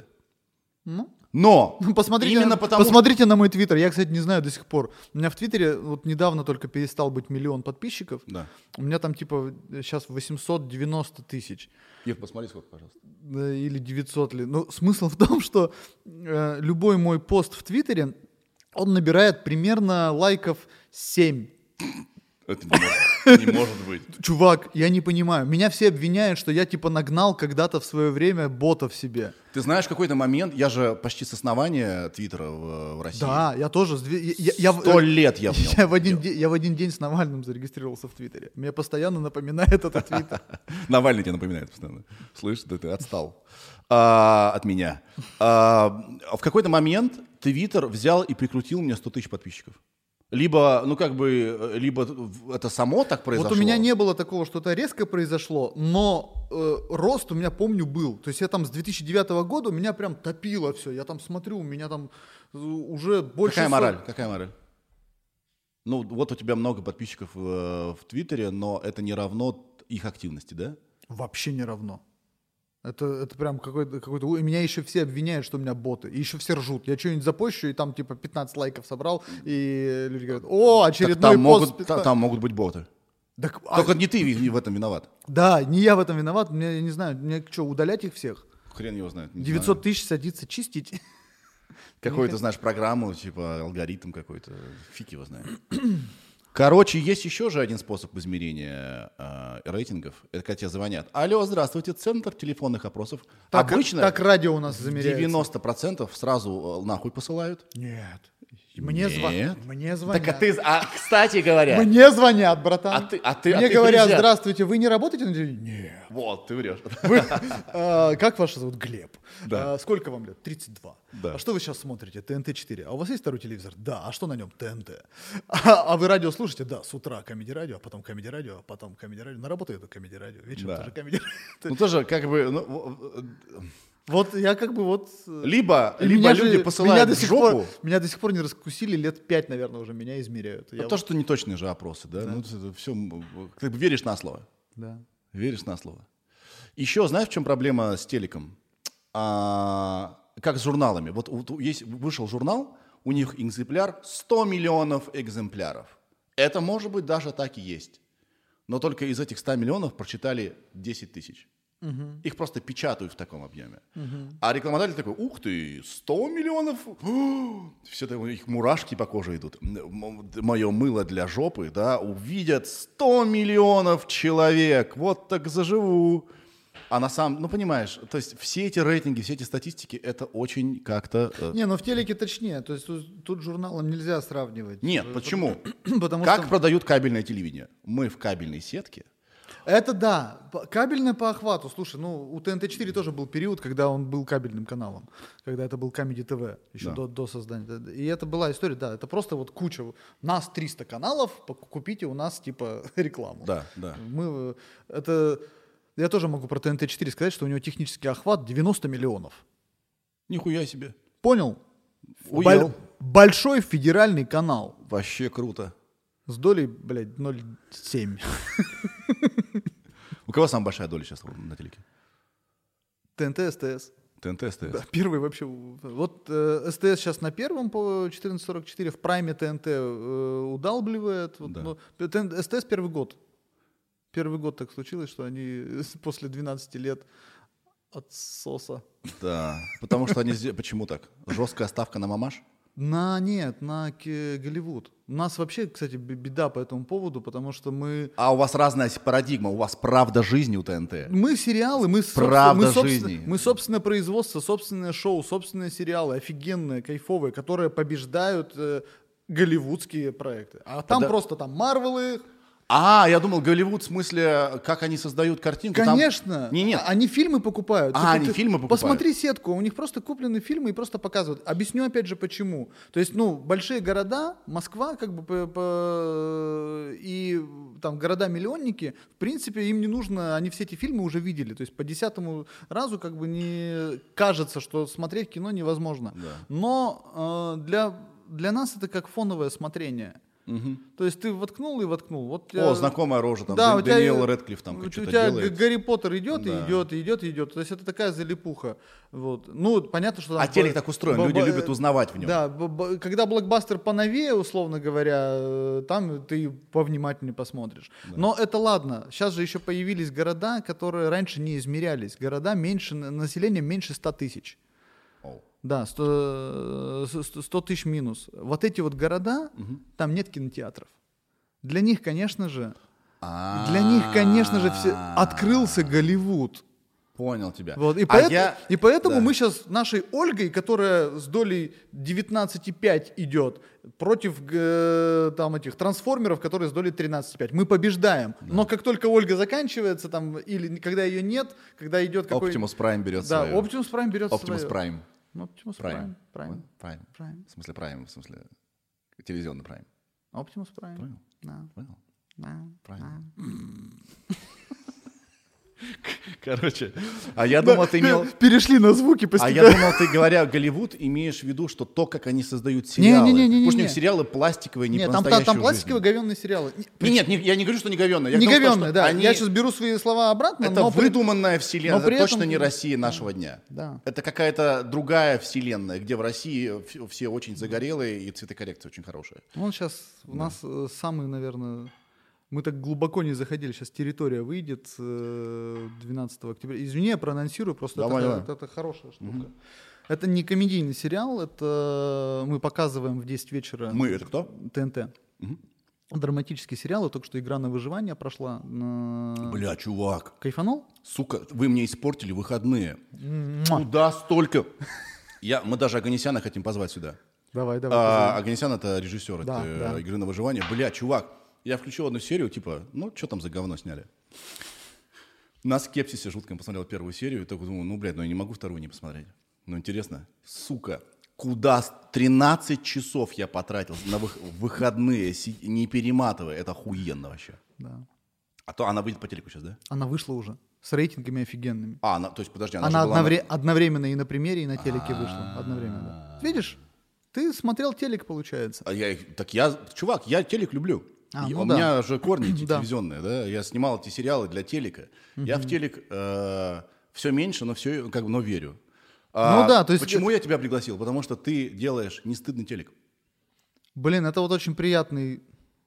Ну, Но Ну, посмотрите, именно на, потому, посмотрите на мой твиттер. Я, кстати, не знаю до сих пор. У меня в твиттере вот недавно только перестал быть миллион подписчиков. Да. У меня там типа сейчас восемьсот девяносто тысяч. Ир, посмотри сколько, пожалуйста. Да, или девятьсот ли. Но смысл в том, что э, любой мой пост в твиттере, он набирает примерно лайков семь. Это не может, не может быть. Чувак, я не понимаю. Меня все обвиняют, что я типа нагнал когда-то в свое время бота в себе. Ты знаешь, в какой-то момент, я же почти с основания Твиттера в, в России. Да, я тоже. сдви- Я, я, в- Сто лет я в нем. Я в, один день, я в один день с Навальным зарегистрировался в Твиттере. Мне постоянно напоминает этот твиттер. Навальный тебе напоминает постоянно. Слышь, да ты отстал а, от меня. А, в какой-то момент Твиттер взял и прикрутил мне сто тысяч подписчиков. Либо, ну как бы, либо это само так произошло. Вот у меня не было такого, что это резко произошло, но э, рост у меня, помню, был. То есть я там с две тысячи девятого года, у меня прям топило все. Я там смотрю, у меня там э, уже больше... Какая сот- мораль? Какая мораль? Ну, вот у тебя много подписчиков э, в Твиттере, но это не равно их активности, да? Вообще не равно. Это, это прям какой-то, какой-то... у- И меня еще все обвиняют, что у меня боты. И еще все ржут. Я что-нибудь запощу, и там типа пятнадцать лайков собрал, и люди говорят, о, Так очередной там, пост. могут, с та- пятнадцать». там могут быть боты. Так, а- Только не ты в в этом виноват. Да, не я в этом виноват. Мне, я не знаю, мне что, удалять их всех? Хрен его знает. не девятьсот знаю. тысяч садится чистить. Какую-то, знаешь, программу, типа алгоритм какой-то. Фиг его знает. Короче, есть еще же один способ измерения э, рейтингов. Это когда тебе звонят. Алло, здравствуйте, центр телефонных опросов. Так, Обычно так радио у нас замеряется. девяносто процентов сразу э, нахуй посылают. Нет. Мне, зва- Нет. мне звонят. Так а ты, а, кстати говоря, Мне звонят, братан. А ты- а ты- а Мне ты говорят, приезжай. здравствуйте, вы не работаете на телевидении? Нет. вот, ты врешь. А, Как вас зовут? Глеб. Да. А, Сколько вам лет? тридцать два. Да. А что вы сейчас смотрите? Тэ эн тэ четыре. А у вас есть второй телевизор? Да. А что на нем? Тэ эн тэ. А а вы радио слушаете? Да. С утра Comedy радио, а потом Comedy радио, а потом Comedy радио. На работу иду Comedy радио. Вечером Да. тоже Comedy радио. Ну тоже как бы, ну, в- Вот я как бы вот... э, либо, и либо меня люди же- посылают меня до в сих жопу. пор, меня до сих пор не раскусили, лет пять, наверное, уже меня измеряют. А Я то, вот- что не точные же опросы, да? Ну, это все, ты бы веришь на слово. Да. Веришь на слово. Еще знаешь, в чем проблема с телеком? А, как с журналами. Вот, вот есть, вышел журнал, у них экземпляр сто миллионов экземпляров. Это, может быть, даже так и есть. Но только из этих ста миллионов прочитали десять тысяч. Мгм. Их просто печатают в таком объеме. Мгм. А рекламодатель такой, ух ты, сто миллионов, все это, у них мурашки по коже идут. Мое мыло для жопы, да, увидят сто миллионов человек, вот так заживу. А на самом, ну понимаешь, то есть все эти рейтинги, все эти статистики, это очень как-то... э, Не, ну в телеке точнее. То есть тут, тут журналом нельзя сравнивать. Нет, Э, почему? Потому Как что... продают кабельное телевидение? Мы в кабельной сетке. Это да. П- Кабельное по охвату. Слушай, ну у Тэ эн тэ четыре тоже был период, когда он был кабельным каналом. Когда это был Comedy тэ вэ. Еще Да. до, до создания. И это была история, да. Это просто вот куча. Нас триста каналов, пок- купите у нас типа рекламу. Да, да. Мы, э, это... Я тоже могу про Тэ эн тэ четыре сказать, что у него технический охват девяносто миллионов. Нихуя себе. Понял? Уел. Боль- большой федеральный канал. Вообще круто. С долей, блядь, ноль целых семь. У кого самая большая доля сейчас на телеке? Тэ эн тэ, эс тэ эс. ТНТ, СТС. Да, первый вообще. Вот э, СТС сейчас на первом по четырнадцать сорок четыре, в прайме Тэ эн тэ э, удалбливает. Вот, Да. ну, Т Н- СТС первый год. Первый год так случилось, что они после двенадцати лет отсоса. Да, потому что они... сдел- Почему так? Жесткая ставка на мамаш? На нет, на ки- Голливуд. У нас вообще, кстати, б- беда по этому поводу, потому что мы... А у вас разная парадигма, у вас правда жизни у ТНТ. Мы сериалы, мы, собственно- Правда мы, собственно- жизни. мы собственное производство, собственное шоу, собственные сериалы, офигенные, кайфовые, которые побеждают э, голливудские проекты. А там Да. просто там Марвелы. А, я думал, Голливуд в смысле, как они создают картинку. Там- Конечно. Не, нет. А- Они фильмы покупают. А, Ты- они ты фильмы покупают. Посмотри сетку, у них просто куплены фильмы и просто показывают. Объясню опять же почему. То есть, ну, большие города, Москва, как бы, по- по- и там города-миллионники, в принципе, им не нужно, они все эти фильмы уже видели. То есть по десятому разу как бы не кажется, что смотреть кино невозможно. Да. Но э, для, для нас это как фоновое смотрение. Мгм. То есть ты воткнул и воткнул. Вот О, знакомая рожа, там, да, Д- у тебя, Дэниел Рэдклифф там у что-то тебя делает. Г- Гарри Поттер идет Да. и идет, и идет, и идет. То есть это такая залипуха. Вот. Ну, понятно, что там... А телек так устроен, б- люди б- любят узнавать в нем. Да, б- б- когда блокбастер поновее, условно говоря, э, там ты повнимательнее посмотришь. Но это ладно. Сейчас же еще появились города, которые раньше не измерялись. Города меньше, население меньше ста тысяч. Оу. Да, сто, сто тысяч минус. Вот эти вот города, там нет кинотеатров. Для них, конечно же, для них, конечно же, все, открылся Голливуд. Понял тебя. Вот, и, А поэт- я- и поэтому да. мы сейчас нашей Ольгой, которая с долей девятнадцать и пять идет, против э, там этих трансформеров, которые с долей тринадцать и пять. Мы побеждаем. Но как только Ольга заканчивается, там, или когда ее нет, когда идет какой... Optimus Prime берет Да, свое. Optimus Prime берет Optimus свое. Prime. Ну, Optimus Prime. Prime. Prime. Prime. Prime. В смысле Prime, в смысле телевизионный Prime. Optimus Prime. Понял? Да. Понял? Да. Правильно. Короче, а я думал, ты имел... Перешли на звуки А постепенно. я думал, ты, говоря Голливуд, имеешь в виду, что то, как они создают сериалы. Не-не-не-не-не-не. Потому что у них сериалы пластиковые, не Нет, по там, та- настоящую там пластиковые жизнь. говенные сериалы. Не, нет, не- я не говорю, что не говенные. Я Не говорю, говенные, что да. они- Я сейчас беру свои слова обратно, Это но при- выдуманная вселенная, но при это точно этом- не Россия нашего дня. Да. Это какая-то другая вселенная, где в России в- все очень загорелые и цветокоррекция очень хорошая. Он сейчас у нас э, самый, наверное... Мы так глубоко не заходили. Сейчас территория выйдет э, двенадцатого октября. Извини, я проанонсирую, просто Давай, это, давай. это- это хорошая штука. Это не комедийный сериал, это мы показываем в десять вечера Мы, это кто? ТНТ. Драматический сериал, и только что «Игра на выживание» прошла. На... Бля, чувак, Кайфанул? сука, вы мне испортили выходные. Куда столько? Я, мы даже Оганесяна хотим позвать сюда. Давай, давай. А, Оганесян — это режиссер Да, этой, да. э, «Игры на выживание». Бля, чувак, я включил одну серию, типа, ну, что там за говно сняли? На скепсисе жутком посмотрел первую серию, и такой думаю, ну, блядь, ну я не могу вторую не посмотреть. Ну, интересно, сука, куда с- тринадцать часов я потратил на вых- выходные, си- не перематывая, это охуенно вообще. Да. А то она выйдет по телеку сейчас, да? Она вышла уже с рейтингами офигенными. А, она, то есть, подожди, она, Она же была на- одновре- одновременно и на премьере, и на телеке вышла. Одновременно, да. Видишь? Ты смотрел телек, получается. А я, их- так я, чувак, я телек люблю. А, И ну у да. меня же корни эти Да. телевизионные, да. Я снимал эти сериалы для телека. Я в телек все меньше, но все как бы, но верю. А Ну да, то есть почему я тебя пригласил? Потому что ты делаешь не стыдный телек. Блин, это вот очень приятный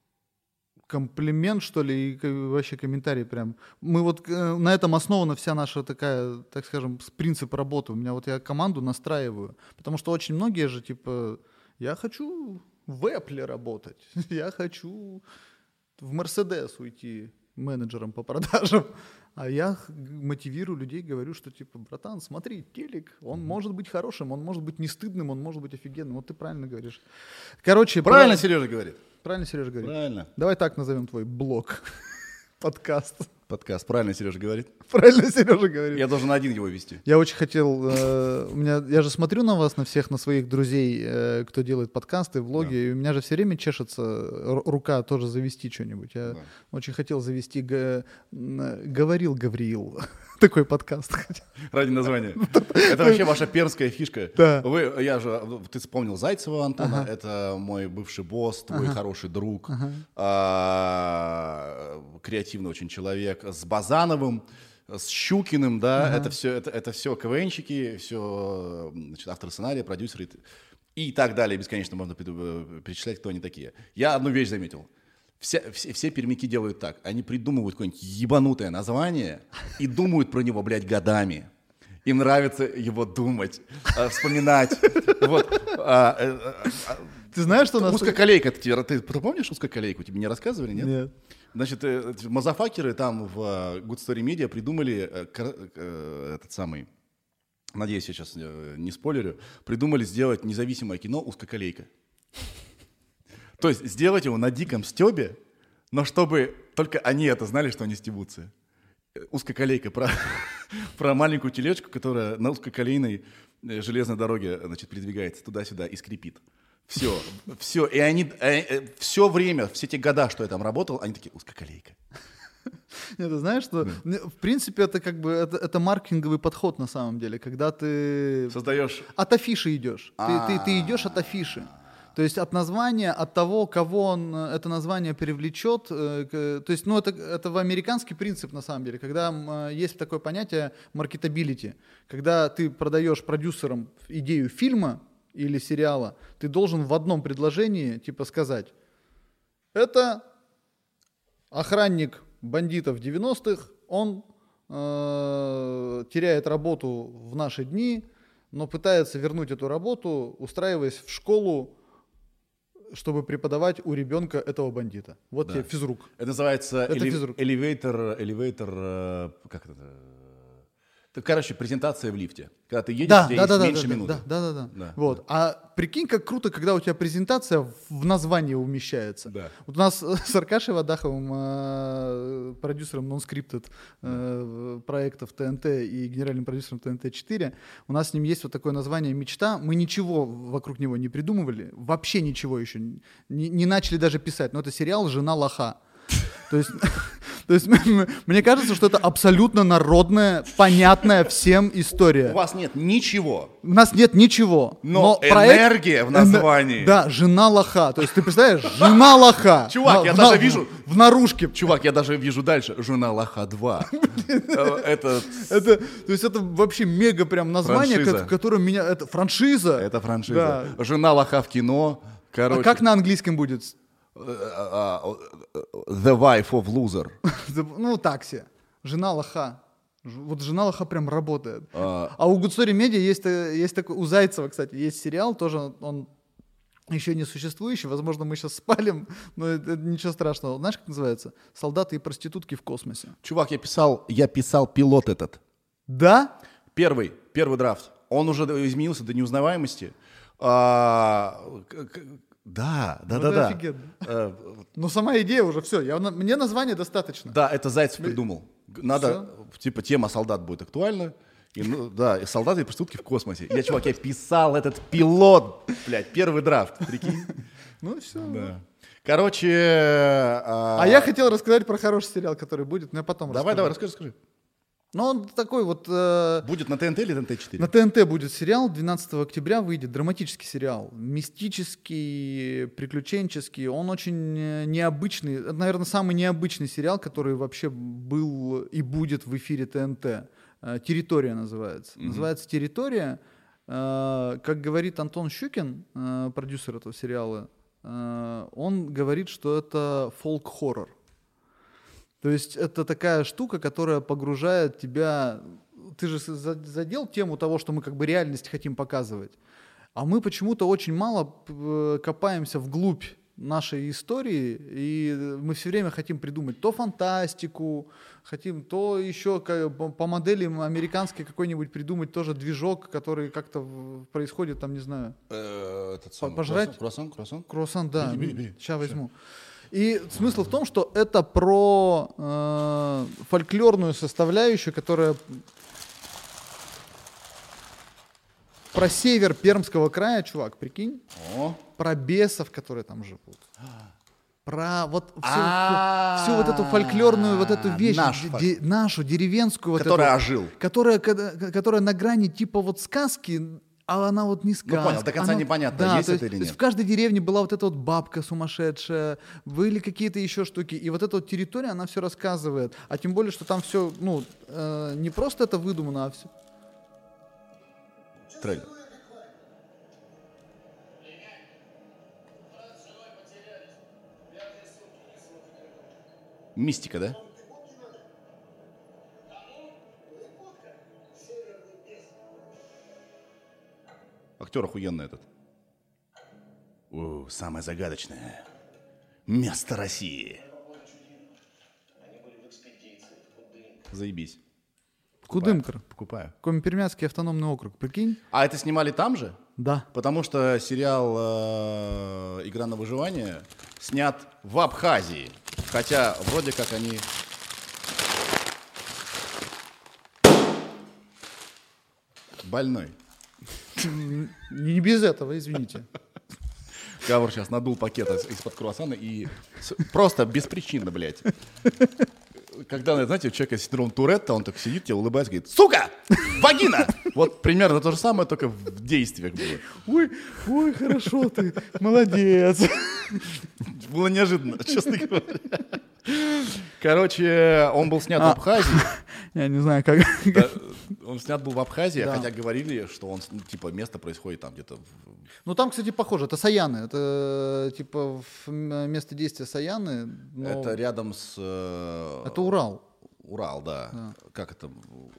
комплимент, что ли, и ко- вообще комментарий прям. Мы вот э, на этом основана вся наша такая, так скажем, с- принцип работы. У меня вот я команду настраиваю, потому что очень многие же типа, я хочу в Apple работать, я хочу в Mercedes уйти менеджером по продажам, а я х- мотивирую людей, говорю, что типа, братан, смотри, телек, он может быть хорошим, он может быть не стыдным, он может быть офигенным. Вот ты правильно говоришь. Короче, Правильно про- Сережа говорит? Правильно Сережа говорит? Правильно. Давай так назовем твой блог, подкаст. Подкаст. Правильно Сережа говорит? Правильно Сережа говорит. Я должен один его вести. Я очень хотел, э, у меня, я же смотрю на вас, на всех, на своих друзей, э, кто делает подкасты, влоги, и у меня же все время чешется р- рука тоже завести что-нибудь. Я Да. очень хотел завести, г- м, говорил Гавриил, такой подкаст. Ради названия. Это вообще ваша пермская фишка. Да. Вы, я же, ты вспомнил Зайцева Антона, это мой бывший босс, твой хороший друг, а, креативный очень человек, с Базановым, с Щукиным, да, это все, это, это все КВНщики, все значит, авторы сценария, продюсеры и т- и так далее, бесконечно можно пе- перечислять, кто они такие. Я одну вещь заметил. Все, все, все пермяки делают так. Они придумывают какое-нибудь ебанутое название и думают про него, блядь, годами. Им нравится его думать, а, вспоминать. Вот. А, а, а, Ты знаешь, что у нас... Узкоколейка. Ты, ты, ты помнишь узкоколейку? Тебе не рассказывали, нет? Нет. Значит, э, мазафакеры там в э, Good Story Media придумали э, кор- э, этот самый, надеюсь, я сейчас э, не спойлерю, придумали сделать независимое кино «Узкоколейка». То есть сделать его на диком стебе, но чтобы только они это знали, что они стебутся. Э, Узкоколейка про, про маленькую тележку, которая на узкоколейной э, железной дороге, значит, передвигается туда-сюда и скрипит. Все, все. И они э, э, все время, все те года, что я там работал, они такие: узкоколейка. Нет, ты знаешь, что да. В принципе это как бы это, это маркетинговый подход на самом деле, когда ты создаешь от афиши идешь. Ты, ты, ты идешь от афиши. То есть от названия, от того, кого он это название привлечет. То есть, ну, это, это американский принцип на самом деле, когда есть такое понятие маркетабилити, когда ты продаешь продюсерам идею фильма или сериала, ты должен в одном предложении типа сказать: это охранник бандитов девяностых, он э, теряет работу в наши дни, но пытается вернуть эту работу, устраиваясь в школу, чтобы преподавать у ребенка этого бандита. Вот да. тебе физрук. Это называется это эле- физрук. элевейтор, элевейтор, э, как это? Это, короче, презентация в лифте. Когда ты едешь, да, тебе да, есть да, меньше да, минуты. Да, да, да, да. Да, вот. да. А прикинь, как круто, когда у тебя презентация в названии умещается. Да. Вот у нас с Аркашей Вадаховым, э, продюсером Non-Scripted э, проектов ТНТ и генеральным продюсером ТНТ четыре, у нас с ним есть вот такое название «Мечта». Мы ничего вокруг него не придумывали, вообще ничего еще. Не, не начали даже писать. Но это сериал «Жена лоха». То есть, то есть мне кажется, что это абсолютно народная, понятная всем история. У вас нет ничего. У нас нет ничего. Но, Но энергия проект, в названии. Да, жена лоха. То есть ты представляешь, жена лоха. Чувак, в, я в, даже в, вижу. В наружке. Чувак, я даже вижу дальше. Жена лоха два. Это... это, то есть это вообще мега прям название, франшиза. в котором меня... Это франшиза. Это франшиза. Да. Жена лоха в кино. Короче. А как на английском будет? The wife of loser. Ну, такси. Жена лоха. Вот жена лоха прям работает. А, а у Good Story Media есть, есть такой, у Зайцева, кстати, есть сериал, тоже он еще не существующий, возможно, мы сейчас спалим, но это, это ничего страшного. Знаешь, как называется? «Солдаты и проститутки в космосе». Чувак, я писал, я писал пилот этот. Да? Первый, первый драфт. Он уже изменился до неузнаваемости. А, Да, да, ну, да, да. Офигенно. Uh, ну, сама идея уже, все, я, мне название достаточно. Да, это Зайцев придумал. Надо, все? Типа, тема солдат будет актуальна. И, ну, да, и солдаты и проститутки в космосе. Я, чувак, я писал этот пилот, блядь, первый драфт, прикинь. Ну, все. Да. Короче... А... а я хотел рассказать про хороший сериал, который будет, но я потом давай, расскажу. Давай, расскажи, расскажи. Ну, он такой вот... Э, будет на ТНТ или ТНТ четыре? На ТНТ будет сериал, двенадцатого октября выйдет, драматический сериал, мистический, приключенческий, он очень необычный, это, наверное, самый необычный сериал, который вообще был и будет в эфире ТНТ. «Территория» называется. Mm-hmm. Называется «Территория». Э, как говорит Антон Щукин, э, продюсер этого сериала, э, он говорит, что это фолк-хоррор. То есть это такая штука, которая погружает тебя... Ты же задел тему того, что мы как бы реальность хотим показывать. А мы почему-то очень мало копаемся вглубь нашей истории, и мы все время хотим придумать то фантастику, хотим то еще по моделям американской какой-нибудь придумать тоже движок, который как-то происходит там, не знаю, пожрать. Круассан, круассан? Круассан, да. Бери, бери, бери. Сейчас возьму. И смысл в том, что это про э, фольклорную составляющую, которая про север Пермского края, чувак, прикинь, О. про бесов, которые там живут, про вот всю, всю вот эту фольклорную вот эту вещь, Наш де, нашу деревенскую, вот которая эту, ожил, которая, которая на грани типа вот сказки. А она вот не сказка. Ну понял, до конца она... непонятно, да, есть то это есть, или то есть нет. в каждой деревне была вот эта вот бабка сумасшедшая, были какие-то еще штуки. И вот эта вот территория, она все рассказывает. А тем более, что там все, ну, э, не просто это выдумано, а все... Трейлер. Мистика, да? Актер охуенный этот. О, самое загадочное. Место России. Заебись. Кудымкар. Покупаю. Коми-Пермяцкий автономный округ, прикинь? А это снимали там же? Да. Потому что сериал э, «Игра на выживание» снят в Абхазии. Хотя вроде как они... Больной. Не без этого, извините. Гавр сейчас надул пакет из-под круассана и с- просто беспричинно, блядь. Когда, знаете, у человека синдром Туретта, он так сидит, тебе улыбается, говорит: сука! Вагина! Вот примерно то же самое, только в действиях было. Ой, ой, хорошо ты, молодец. Было неожиданно, честно говоря. Короче, он был снят в А. Абхазии. Я не знаю, как... Да, он снят был в Абхазии, Да. хотя говорили, что он, ну, типа, место происходит там где-то... в- Ну, там, кстати, похоже, это Саяны, это, типа, в м- место действия Саяны, но Это рядом с... э, это Урал. Урал, да. Да. Как это...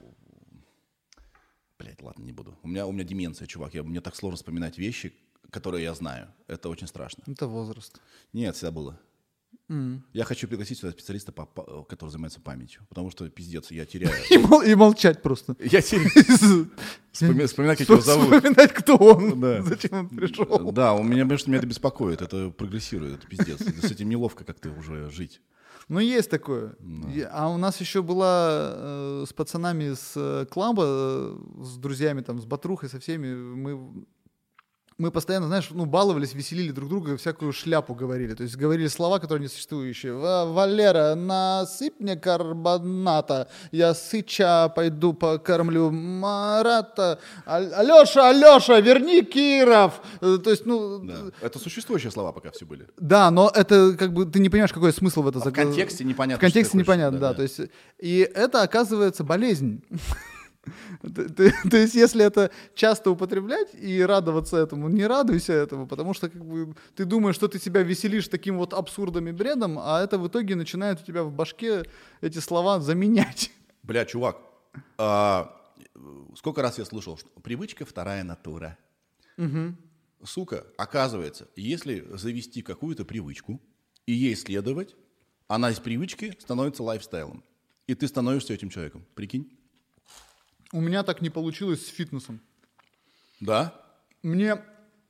Блять, ладно, не буду. У меня, у меня деменция, чувак. Я, мне так сложно вспоминать вещи, которые я знаю. Это очень страшно. Это возраст. Нет, всегда было. М. Я хочу пригласить сюда специалиста, по- по- который занимается памятью. Потому что, пиздец, я теряю... И, мол- и молчать просто. Я теряю... Вспоми- Вспоминать, как его зовут. Вспоминать, кто он, Да. зачем он пришел. Да, у меня, конечно, меня это беспокоит. Это прогрессирует, это пиздец. Это с этим неловко как-то уже жить. Ну, есть такое. Я- А у нас еще была э, с пацанами с э, клаба, э, с друзьями, там, с Батрухой, со всеми, мы, мы постоянно, знаешь, ну, баловались, веселили друг друга, всякую шляпу говорили. То есть говорили слова, которые несуществующие. «Ва- Валера, насыпь мне карбоната, я сыча пойду покормлю Марата. Ал- Алеша, Алеша, верни Киров!» Э, То есть, ну... Да. Это существующие слова пока все были. Да, но это как бы ты не понимаешь, какой смысл в это. А в зак- контексте непонятно, В контексте что ты хочешь, непонятно, да, да, То есть и это оказывается болезнь. Т- т- То есть если это часто употреблять и радоваться этому, не радуйся этому, потому что как бы ты думаешь, что ты себя веселишь таким вот абсурдом и бредом, а это в итоге начинает у тебя в башке эти слова заменять. Бля, чувак, а, сколько раз я слышал, что привычка вторая натура. Сука, оказывается, если завести какую-то привычку и ей следовать, она из привычки становится лайфстайлом. И ты становишься этим человеком. Прикинь? У меня так не получилось с фитнесом. Да? Мне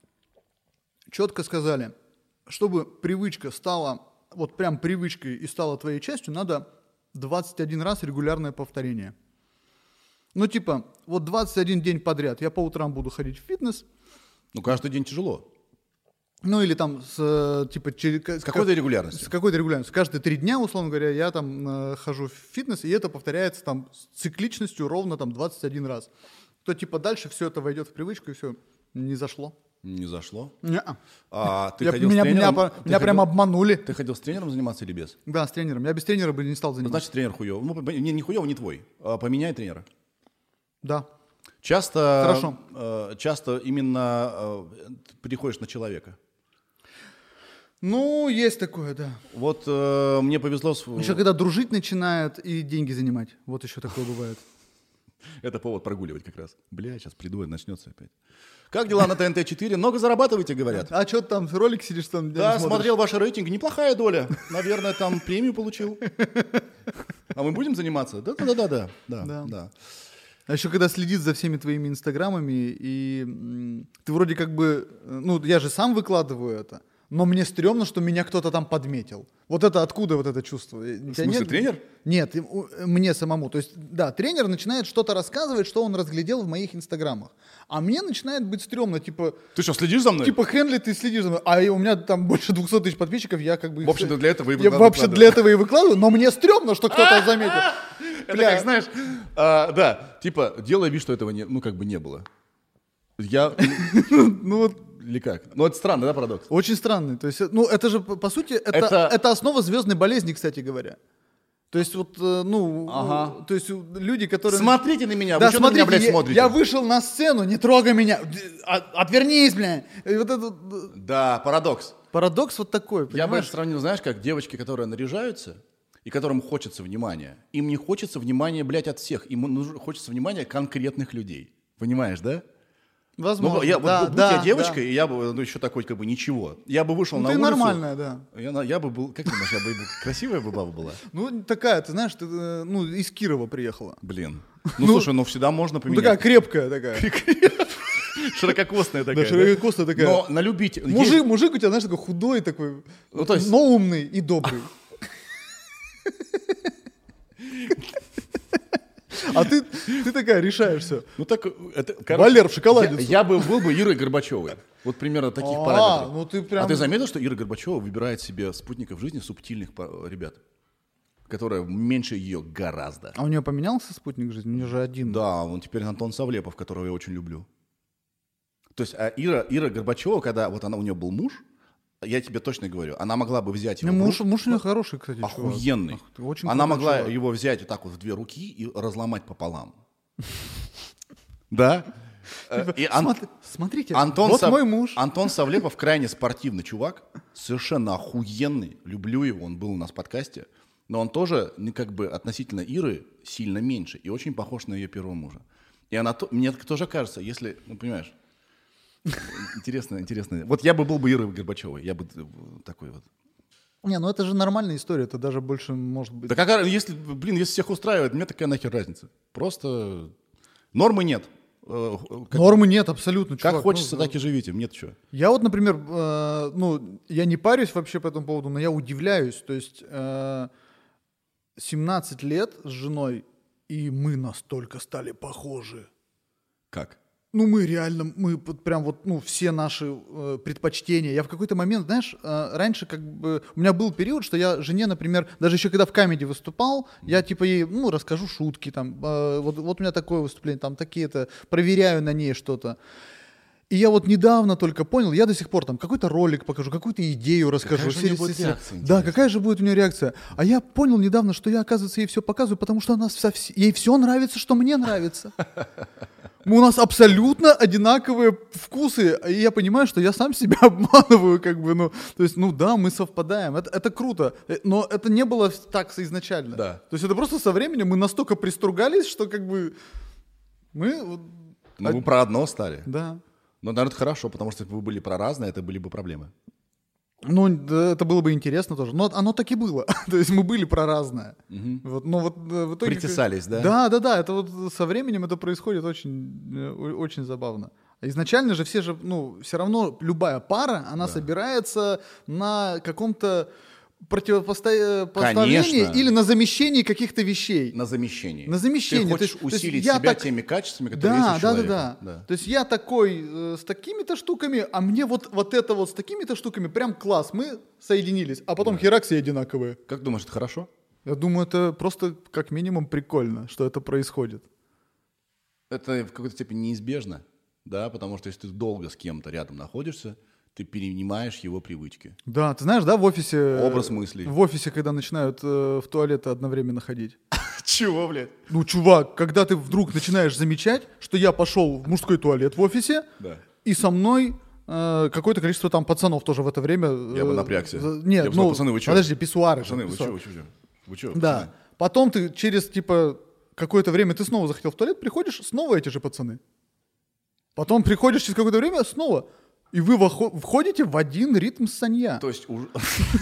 четко сказали, чтобы привычка стала, вот прям привычкой и стала твоей частью, надо двадцать один раз регулярное повторение. Ну типа, вот двадцать один день подряд я по утрам буду ходить в фитнес, Ну, каждый день тяжело. ну или там с, э, типа... Через, С какой-то регулярностью. С какой-то регулярностью. Каждые три дня, условно говоря, я там э, хожу в фитнес, и это повторяется там с цикличностью ровно там двадцать один раз. То типа дальше все это войдет в привычку, и все, не зашло. Не зашло. Не-а. А ты Я- ходил меня с тренером? меня, по- Ты меня ходил- прям обманули. Ты ходил с тренером заниматься или без? Да, с тренером. Я без тренера бы не стал Ну, заниматься. значит, тренер хуёвый. Ну, по- не, не хуёвый, не твой. А поменяй тренера. Да. Часто, Хорошо. э, часто именно э, приходишь на человека. Ну, есть такое, да. Вот э, мне повезло... С... Еще когда дружить начинают и деньги занимать. Вот еще такое бывает. Это повод прогуливать как раз. Бля, сейчас приду, и начнется опять. Как дела на Т Н Т четыре? Много зарабатываете, говорят. А что ты там, в ролик сидишь там? Да, смотришь? смотрел ваш рейтинг, неплохая доля. Наверное, там премию получил. А мы будем заниматься? Да, да, да, да, да, Да. да. А еще когда следит за всеми твоими инстаграмами, и м, ты вроде как бы, э, ну, я же сам выкладываю это, но мне стрёмно, что меня кто-то там подметил. Вот это откуда вот это чувство? В смысле, тренер? Нет, и, у, мне самому. То есть, да, тренер начинает что-то рассказывать, что он разглядел в моих инстаграмах. А мне начинает быть стрёмно, типа, Ты что, следишь за мной? типа, хрен ли ты следишь за мной? А и у меня там больше двухсот тысяч подписчиков, я как бы... их В общем-то, все- для этого и Я выкладываю. вообще для этого и выкладываю, но мне стрёмно, что кто-то заметил. Это Бля. как, знаешь, а, да, типа, делай вид, что этого не, ну, как бы не было. Я, Ну вот, или как? Ну, это странно, да, парадокс? очень странный. То есть, ну, это же, по, по сути, это, Это- это... основа звездной болезни, кстати говоря. То есть, вот, э, ну, Ага. э, то есть, у- люди, которые... Смотрите на меня, Да, вы что на меня, блядь, я, смотрите? я вышел на сцену, не трогай меня, Д- от- отвернись, бля. И вот этот э, Да, парадокс. парадокс вот такой, Я бы понимаешь? это сравнил, знаешь, как девочки, которые наряжаются, и которым хочется внимания. Им не хочется внимания, блядь, от всех. Им нужно- хочется внимания конкретных людей. Понимаешь, да? Возможно, Ну, я, да, вот, будь да, я девочкой, да. и я бы, ну, еще такой, как бы, ничего. Я бы вышел Ну, на ты улицу. нормальная, да. Я, на- я бы был, как ты думаешь, я бы красивая бы баба была? Ну, такая, ты знаешь, ты, э, ну, из Кирова приехала. Блин. Ну, слушай, ну, всегда можно Ну, поменять. такая крепкая такая. Ширококосная Да, такая. ширококосная такая. Но на любить... Мужик, мужик у тебя, знаешь, такой худой такой, Ну, то есть- но умный и добрый. А ты, ты такая решаешь все. Ну так, это, Валер в шоколадницу. Я, я бы был бы Ирой Горбачевой. Вот примерно таких А, параметров. ну ты прям- А ты заметил, что Ира Горбачева выбирает себе спутников жизни субтильных па- ребят, которые меньше ее гораздо. А у нее поменялся спутник жизни? У нее же один. Да, он теперь Антон Савлепов, которого я очень люблю. То есть, а Ира, Ира Горбачева, когда вот она у нее был муж, я тебе точно говорю, она могла бы взять его Ну, в муж, руки, муж у нее хороший, кстати, чувак. охуенный. Ах, ты очень Она крутой могла чувак. его взять вот так вот в две руки и разломать пополам. Да? Э, и Ан- Смотри- Смотрите, Антон, вот Сав- мой муж. Антон Савлепов крайне спортивный чувак, совершенно охуенный, люблю его, он был у нас в подкасте, но он тоже, ну, как бы относительно Иры сильно меньше и очень похож на ее первого мужа. И она, то- мне тоже кажется, если, ну, понимаешь, интересно, интересно. Вот я бы был бы Ирой Горбачевой, я бы э, такой вот. Не, ну это же нормальная история, это даже больше может быть. Да какая, если, блин, если всех устраивает, мне такая нахер разница. Просто нормы нет. Э, Как, Нормы нет, абсолютно, как чувак. хочется, Ну, так и живите, мне-то что. Я вот, например, э, ну, я не парюсь вообще по этому поводу, но я удивляюсь. То есть э, семнадцать лет с женой, и мы настолько стали похожи. Как? Ну, мы реально, мы вот прям вот, ну, все наши э, предпочтения. Я в какой-то момент, знаешь, э, раньше как бы... У меня был период, что я жене, например, даже еще когда в камеди выступал, я типа ей, ну, расскажу шутки, там, э, вот, вот у меня такое выступление, там, такие-то, проверяю на ней что-то. И я вот недавно только понял, я до сих пор там какой-то ролик покажу, какую-то идею расскажу. же у нее Сери- будет сери- реакция, Да, интересно? какая же будет у нее реакция? А я понял недавно, что я, оказывается, ей все показываю, потому что она совс- ей все нравится, что мне нравится. Мы- У нас абсолютно одинаковые вкусы, и я понимаю, что я сам себя обманываю, как бы, ну, то есть, ну да, мы совпадаем, это, это круто, Э, но это не было так изначально. Да. То есть это просто со временем мы настолько пристругались, что как бы мы, вот, Ну, вы про одно стали. да. Ну, наверное, это хорошо, потому что если бы вы были про разные, это были бы проблемы. Ну, да, это было бы интересно тоже. Но оно так и было. То есть мы были про разное. Вот, но вот э, в итоге... Притесались, да? Да, да, да. Это вот со временем это происходит очень, э, о- очень забавно. Изначально же все же, ну, все равно любая пара, она собирается на каком-то противопоставлении Конечно. или на замещении каких-то вещей. На замещении. На замещении. Ты То хочешь есть- то есть усилить я себя так- теми качествами, которые Да, есть у да, да, человека. да, То есть я такой э, с такими-то штуками, а мне вот, вот это вот с такими-то штуками прям класс. Мы соединились, а потом херак все одинаковые. Как думаешь, это хорошо? Я думаю, это просто как минимум прикольно, что это происходит. Это в какой-то степени неизбежно, да, потому что если ты долго с кем-то рядом находишься, ты перенимаешь его привычки. Да, ты знаешь, да, в офисе... э, Образ мыслей. В офисе, когда начинают э, в туалет одновременно ходить. Чего, блядь? Ну, чувак, когда ты вдруг начинаешь замечать, что я пошел в мужской туалет в офисе, Да. и со мной э, какое-то количество там пацанов тоже в это время... э, Я бы напрягся. за- Нет, Я бы сказал, ну, пацаны, вы чё? подожди, писсуары. же, Пацаны, вы писсуары. что, вы что, вы что? Да. Потом ты через, типа, какое-то время ты снова захотел в туалет, приходишь, снова эти же пацаны. Потом приходишь через какое-то время, снова. И вы вохо- входите в один ритм санья. То есть у...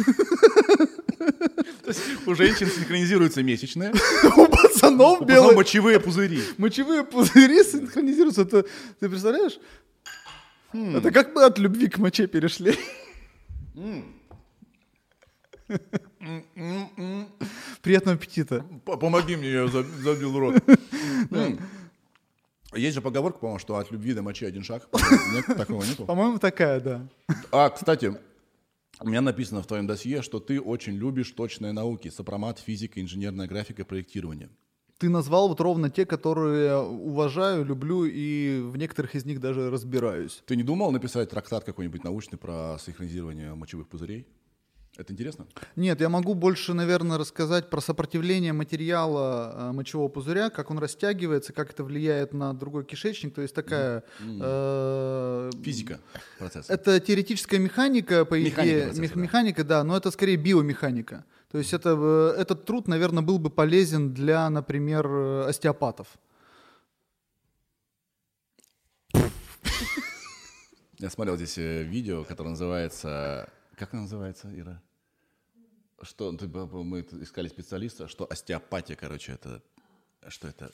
То есть у женщин синхронизируется месячная, У пацанов у пацанов белые мочевые пузыри. мочевые пузыри синхронизируются. Это, ты представляешь? Хм. Это как мы от любви к моче перешли. Приятного аппетита. П- Помоги мне, я за- забил рот. М. Есть же поговорка, по-моему, что от любви до мочи один шаг. Нет, такого нету. По-моему, такая, да. А, кстати, у меня написано в твоем досье, что ты очень любишь точные науки. Сопромат, физика, инженерная графика, проектирование. Ты назвал вот ровно те, которые я уважаю, люблю и в некоторых из них даже разбираюсь. Ты не думал написать трактат какой-нибудь научный про синхронизирование мочевых пузырей? Это интересно? Нет, я могу больше, наверное, рассказать про сопротивление материала э, мочевого пузыря, как он растягивается, как это влияет на другой кишечник. То есть такая... э, Физика процесса. Это теоретическая механика, по Механика идее. процесса, мех- да. Механика, да, но это скорее биомеханика. То есть это, э, этот труд, наверное, был бы полезен для, например, э, остеопатов. Я смотрел здесь э, видео, которое называется... Как оно называется, Ира? Что, ты, мы искали специалиста, что остеопатия, короче, это... Что это?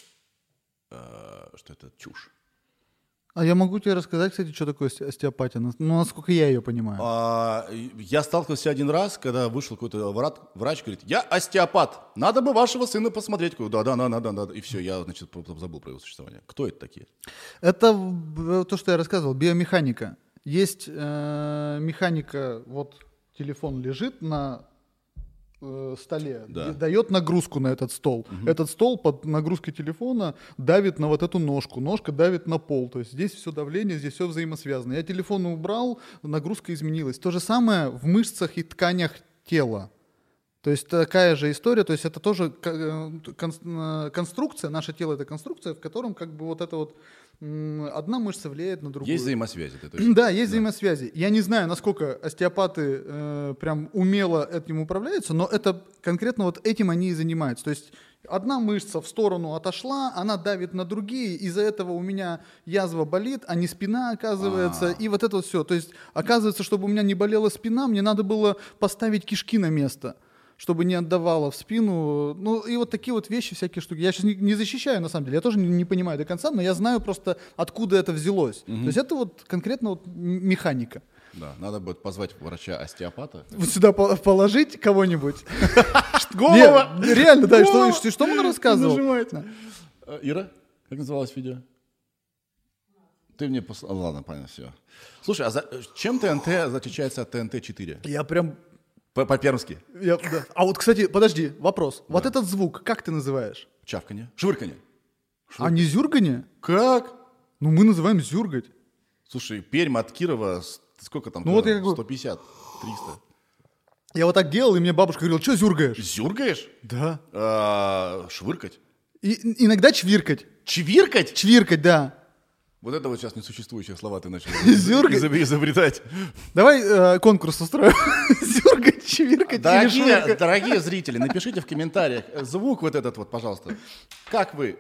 Э, что это чушь. А я могу тебе рассказать, кстати, что такое остеопатия, ну, насколько я ее понимаю. А, я сталкивался один раз, когда вышел какой-то врач, врач, говорит, я остеопат, надо бы вашего сына посмотреть. Да-да, надо, надо. И все, я, значит, забыл про его существование. Кто это такие? Это то, что я рассказывал, биомеханика. Есть э, механика, вот телефон лежит на э, столе, Да. дает нагрузку на этот стол. Угу. Этот стол под нагрузкой телефона давит на вот эту ножку, ножка давит на пол. То есть здесь все давление, здесь все взаимосвязано. Я телефон убрал, нагрузка изменилась. То же самое в мышцах и тканях тела. То есть такая же история, то есть это тоже конструкция, наше тело это конструкция, в котором как бы вот это вот одна мышца влияет на другую. Есть взаимосвязи. Ты точно. Да, есть да. взаимосвязи. Я не знаю, насколько остеопаты э, прям умело этим управляются, но это конкретно вот этим они и занимаются. То есть одна мышца в сторону отошла, она давит на другие, из-за этого у меня язва болит, а не спина, оказывается, А-а-а. и вот это вот все. То есть оказывается, чтобы у меня не болела спина, мне надо было поставить кишки на место, чтобы не отдавало в спину. Ну, и вот такие вот вещи, всякие штуки. Я сейчас не, не защищаю, на самом деле. Я тоже не, не понимаю до конца, но я знаю просто, откуда это взялось. Угу. То есть это вот конкретно вот механика. Да, надо будет позвать врача-остеопата. Вот сюда положить кого-нибудь. Голова! Реально, да. Что он рассказывал? Ира, как называлось видео? Ты мне послал. Ладно, понятно, все. Слушай, а чем ТНТ отличается от ТНТ четыре? Я прям... По-пермски. Я, да. А вот, кстати, подожди, вопрос. Да. Вот этот звук, как ты называешь? Чавканье. Швырканье. А не зюрганье? Как? Ну, мы называем зюргать. Слушай, Пермь от Кирова, сколько там? Ну, вот я сто пятьдесят, триста. Я вот так делал, и мне бабушка говорила, что зюргаешь? Зюргаешь? Да. А, швыркать. И, иногда чвиркать. Чвиркать? Чвиркать, да. Вот это вот сейчас несуществующие слова ты начал изобретать. Давай э, конкурс устроим. Зюргать, чвиркать дорогие, или швыркать. Дорогие зрители, напишите в комментариях звук вот этот вот, пожалуйста. Как вы...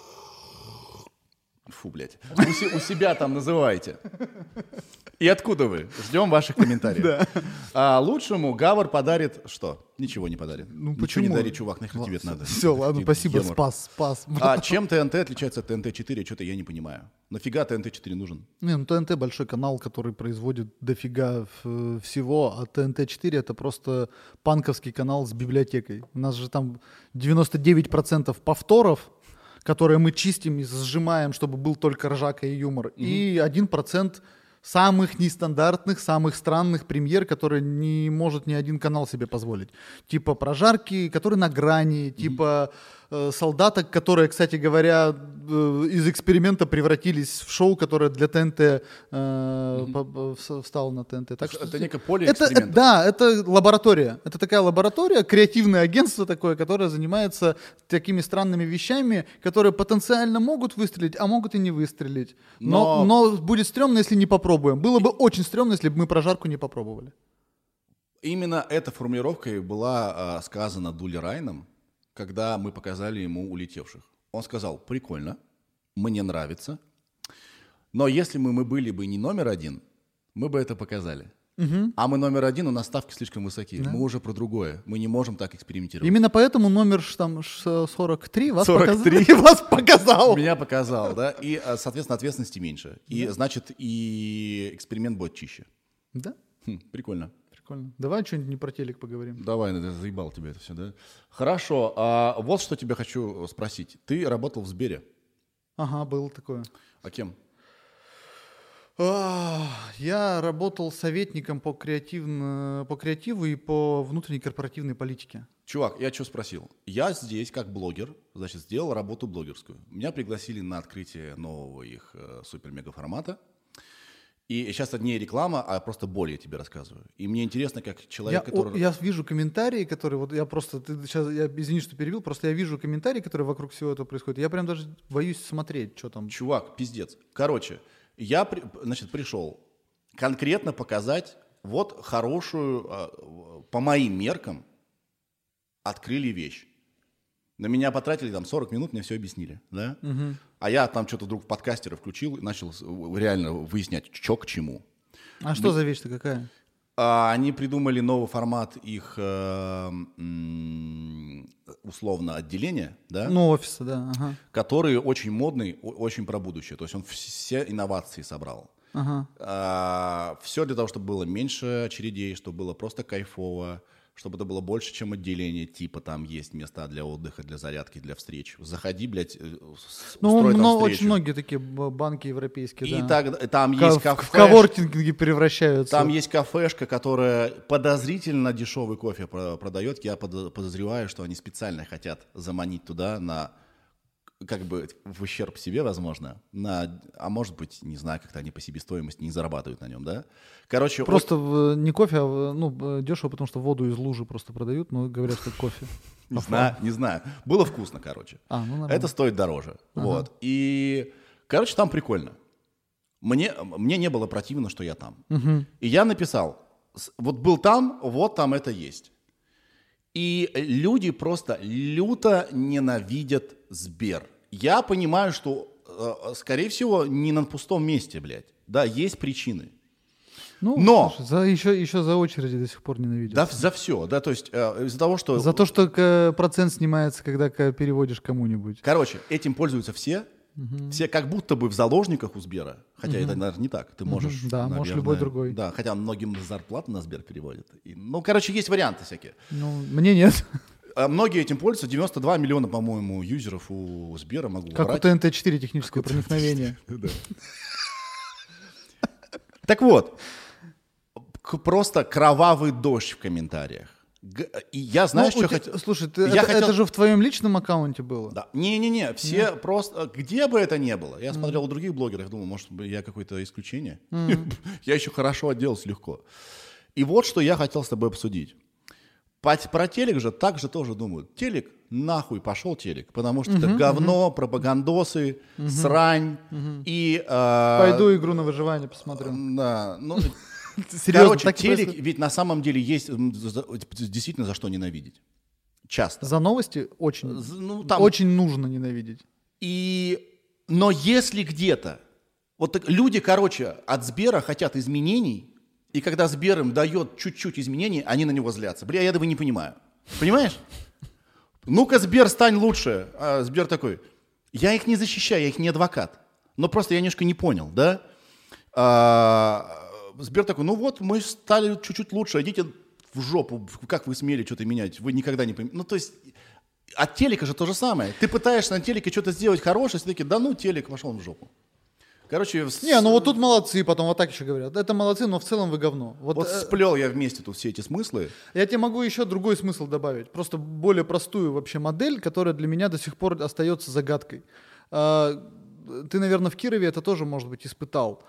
Фу, блядь. У, у себя там называете. И откуда вы? Ждем ваших комментариев. Да. А лучшему Гавр подарит что? Ничего не подарит. Ну, Ничего почему? не дари, чувак, нахер тебе это надо. Все, ладно, спасибо, юмор. спас, спас. А чем ТНТ отличается от ТНТ четыре, что-то я не понимаю. Нафига ТНТ четыре нужен? Не, ну ТНТ большой канал, который производит дофига всего, а ТНТ четыре это просто панковский канал с библиотекой. У нас же там девяносто девять процентов повторов, которые мы чистим и сжимаем, чтобы был только ржака и юмор. Mm-hmm. И один процент самых нестандартных, самых странных премьер, которые не может ни один канал себе позволить. Типа прожарки, которые на грани, mm-hmm. типа э, солдаток, которые, кстати говоря, э, из эксперимента превратились в шоу, которое для ТНТ э, mm-hmm. встало на ТНТ. Так это что, некое поле это, экспериментов. Это, да, это лаборатория. Это такая лаборатория, креативное агентство такое, которое занимается такими странными вещами, которые потенциально могут выстрелить, а могут и не выстрелить. Но, но... но будет стрёмно, если не попробуем. Было бы очень стрёмно, если бы мы прожарку не попробовали. Именно эта формулировка была а, сказана Дули Райном, когда мы показали ему «Улетевших». Он сказал: прикольно, мне нравится, но если мы, мы были бы не номер один, мы бы это показали. Угу. А мы номер один, у нас ставки слишком высокие. Да. Мы уже про другое. Мы не можем так экспериментировать. Именно поэтому номер там, сорок три вас, сорок три показ... вас показал. Меня показал, да. И, соответственно, ответственности меньше. И, да. значит, и эксперимент будет чище. Да. Хм, прикольно. Прикольно. Давай что-нибудь не про телек поговорим. Давай, я заебал тебя это все, да? Хорошо. А вот что тебя хочу спросить. Ты работал в Сбере? Ага, было такое. А кем? Я работал советником по, креативно, по креативу и по внутренней корпоративной политике. Чувак, я что спросил? Я здесь как блогер, значит, сделал работу блогерскую. Меня пригласили на открытие нового их э, супер-мега-формата. И сейчас это не реклама, а просто боль я тебе рассказываю. И мне интересно, как человек, я, который... О, я вижу комментарии, которые... Вот я просто... Ты сейчас, я, извини, что перебил, просто я вижу комментарии, которые вокруг всего этого происходят. Я прям даже боюсь смотреть, что там. Чувак, пиздец. Короче... Я, значит, пришел конкретно показать вот хорошую, по моим меркам, открыли вещь. На меня потратили там сорок минут, мне все объяснили. Да? Угу. А я там что-то вдруг в подкастеры включил и начал реально выяснять, что к чему. А что за вещь-то какая? А, они придумали новый формат их э, условно отделения, да? Ну, офиса, да. Ага. Который очень модный, очень про будущее. То есть он все инновации собрал. Ага. А, все для того, чтобы было меньше очередей, чтобы было просто кайфово, чтобы это было больше, чем отделение, типа там есть места для отдыха, для зарядки, для встреч. Заходи, блядь, ну, устрой там но встречу. Очень многие такие банки европейские, И да. так, там Ко- есть в, кафе. в коворкинги превращаются. Там есть кафешка, которая подозрительно дешевый кофе продает. Я подозреваю, что они специально хотят заманить туда на... как бы в ущерб себе, возможно, на, а может быть, не знаю, как-то они по себестоимости не зарабатывают на нем, да? Короче, просто вот... в, не кофе, а ну, дешево, потому что воду из лужи просто продают, но говорят, что это кофе. Не знаю, не знаю. Было вкусно, короче. А, ну, это стоит дороже. Ага. Вот. И, короче, там прикольно. Мне, мне не было противно, что я там. Угу. И я написал, вот был там, вот там это есть. И люди просто люто ненавидят Сбер. Я понимаю, что, скорее всего, не на пустом месте, блядь. Да, есть причины. Ну, но слушай, за, еще, еще за очереди до сих пор ненавидят. Да, за все, да, то есть э, из-за того, что... За то, что к, процент снимается, когда к, переводишь кому-нибудь. Короче, этим пользуются все, угу. все как будто бы в заложниках у Сбера, хотя угу. это, наверное, не так. Ты можешь, угу. Да, наверное, можешь любой другой. Да, хотя многим зарплату на Сбер переводят. И, ну, короче, есть варианты всякие. Ну, мне нет. А многие этим пользуются, девяносто два миллиона, по-моему, юзеров у Сбера могу Как брать. у Т Н Т четыре техническое проникновение. Так вот. Просто кровавый дождь в комментариях. И я знаю, ну, что те... хотел... Слушай, ты, я это, хотел... это же в твоем личном аккаунте было? Да. Не-не-не, все Нет? просто... Где бы это ни было. Я mm. смотрел у других блогеров, думал, может быть, я какое-то исключение. Mm. Я еще хорошо отделался легко. И вот что я хотел с тобой обсудить. Про телек же так же тоже думают. Телек, нахуй пошел телек, потому что mm-hmm, это говно, mm-hmm. пропагандосы, mm-hmm. срань mm-hmm. и... Э... Пойду игру на выживание посмотрю. Да, ну... Серьезно, Короче, телек, ведь на самом деле есть действительно за что ненавидеть. Часто. За новости очень, ну, там... очень нужно ненавидеть. И... Но если где-то... Вот так, люди, короче, от Сбера хотят изменений, и когда Сбер им дает чуть-чуть изменений, они на него злятся. Бля, я этого не понимаю. Понимаешь? Ну-ка, Сбер, стань лучше. А Сбер такой, я их не защищаю, я их не адвокат. Но просто я немножко не понял, да? А... Сбер такой, ну вот, мы стали чуть-чуть лучше, идите в жопу, как вы смели что-то менять, вы никогда не поймете. Ну, то есть, от телека же то же самое. Ты пытаешься на телеке что-то сделать хорошее, все таки, да ну, телек, пошел в жопу. Короче... Не, ну вот тут молодцы, потом вот так еще говорят. Это молодцы, но в целом вы говно. Вот, вот э... сплел я вместе тут все эти смыслы. Я тебе могу еще другой смысл добавить. Просто более простую вообще модель, которая для меня до сих пор остается загадкой. Ты, наверное, в Кирове это тоже, может быть, испытал.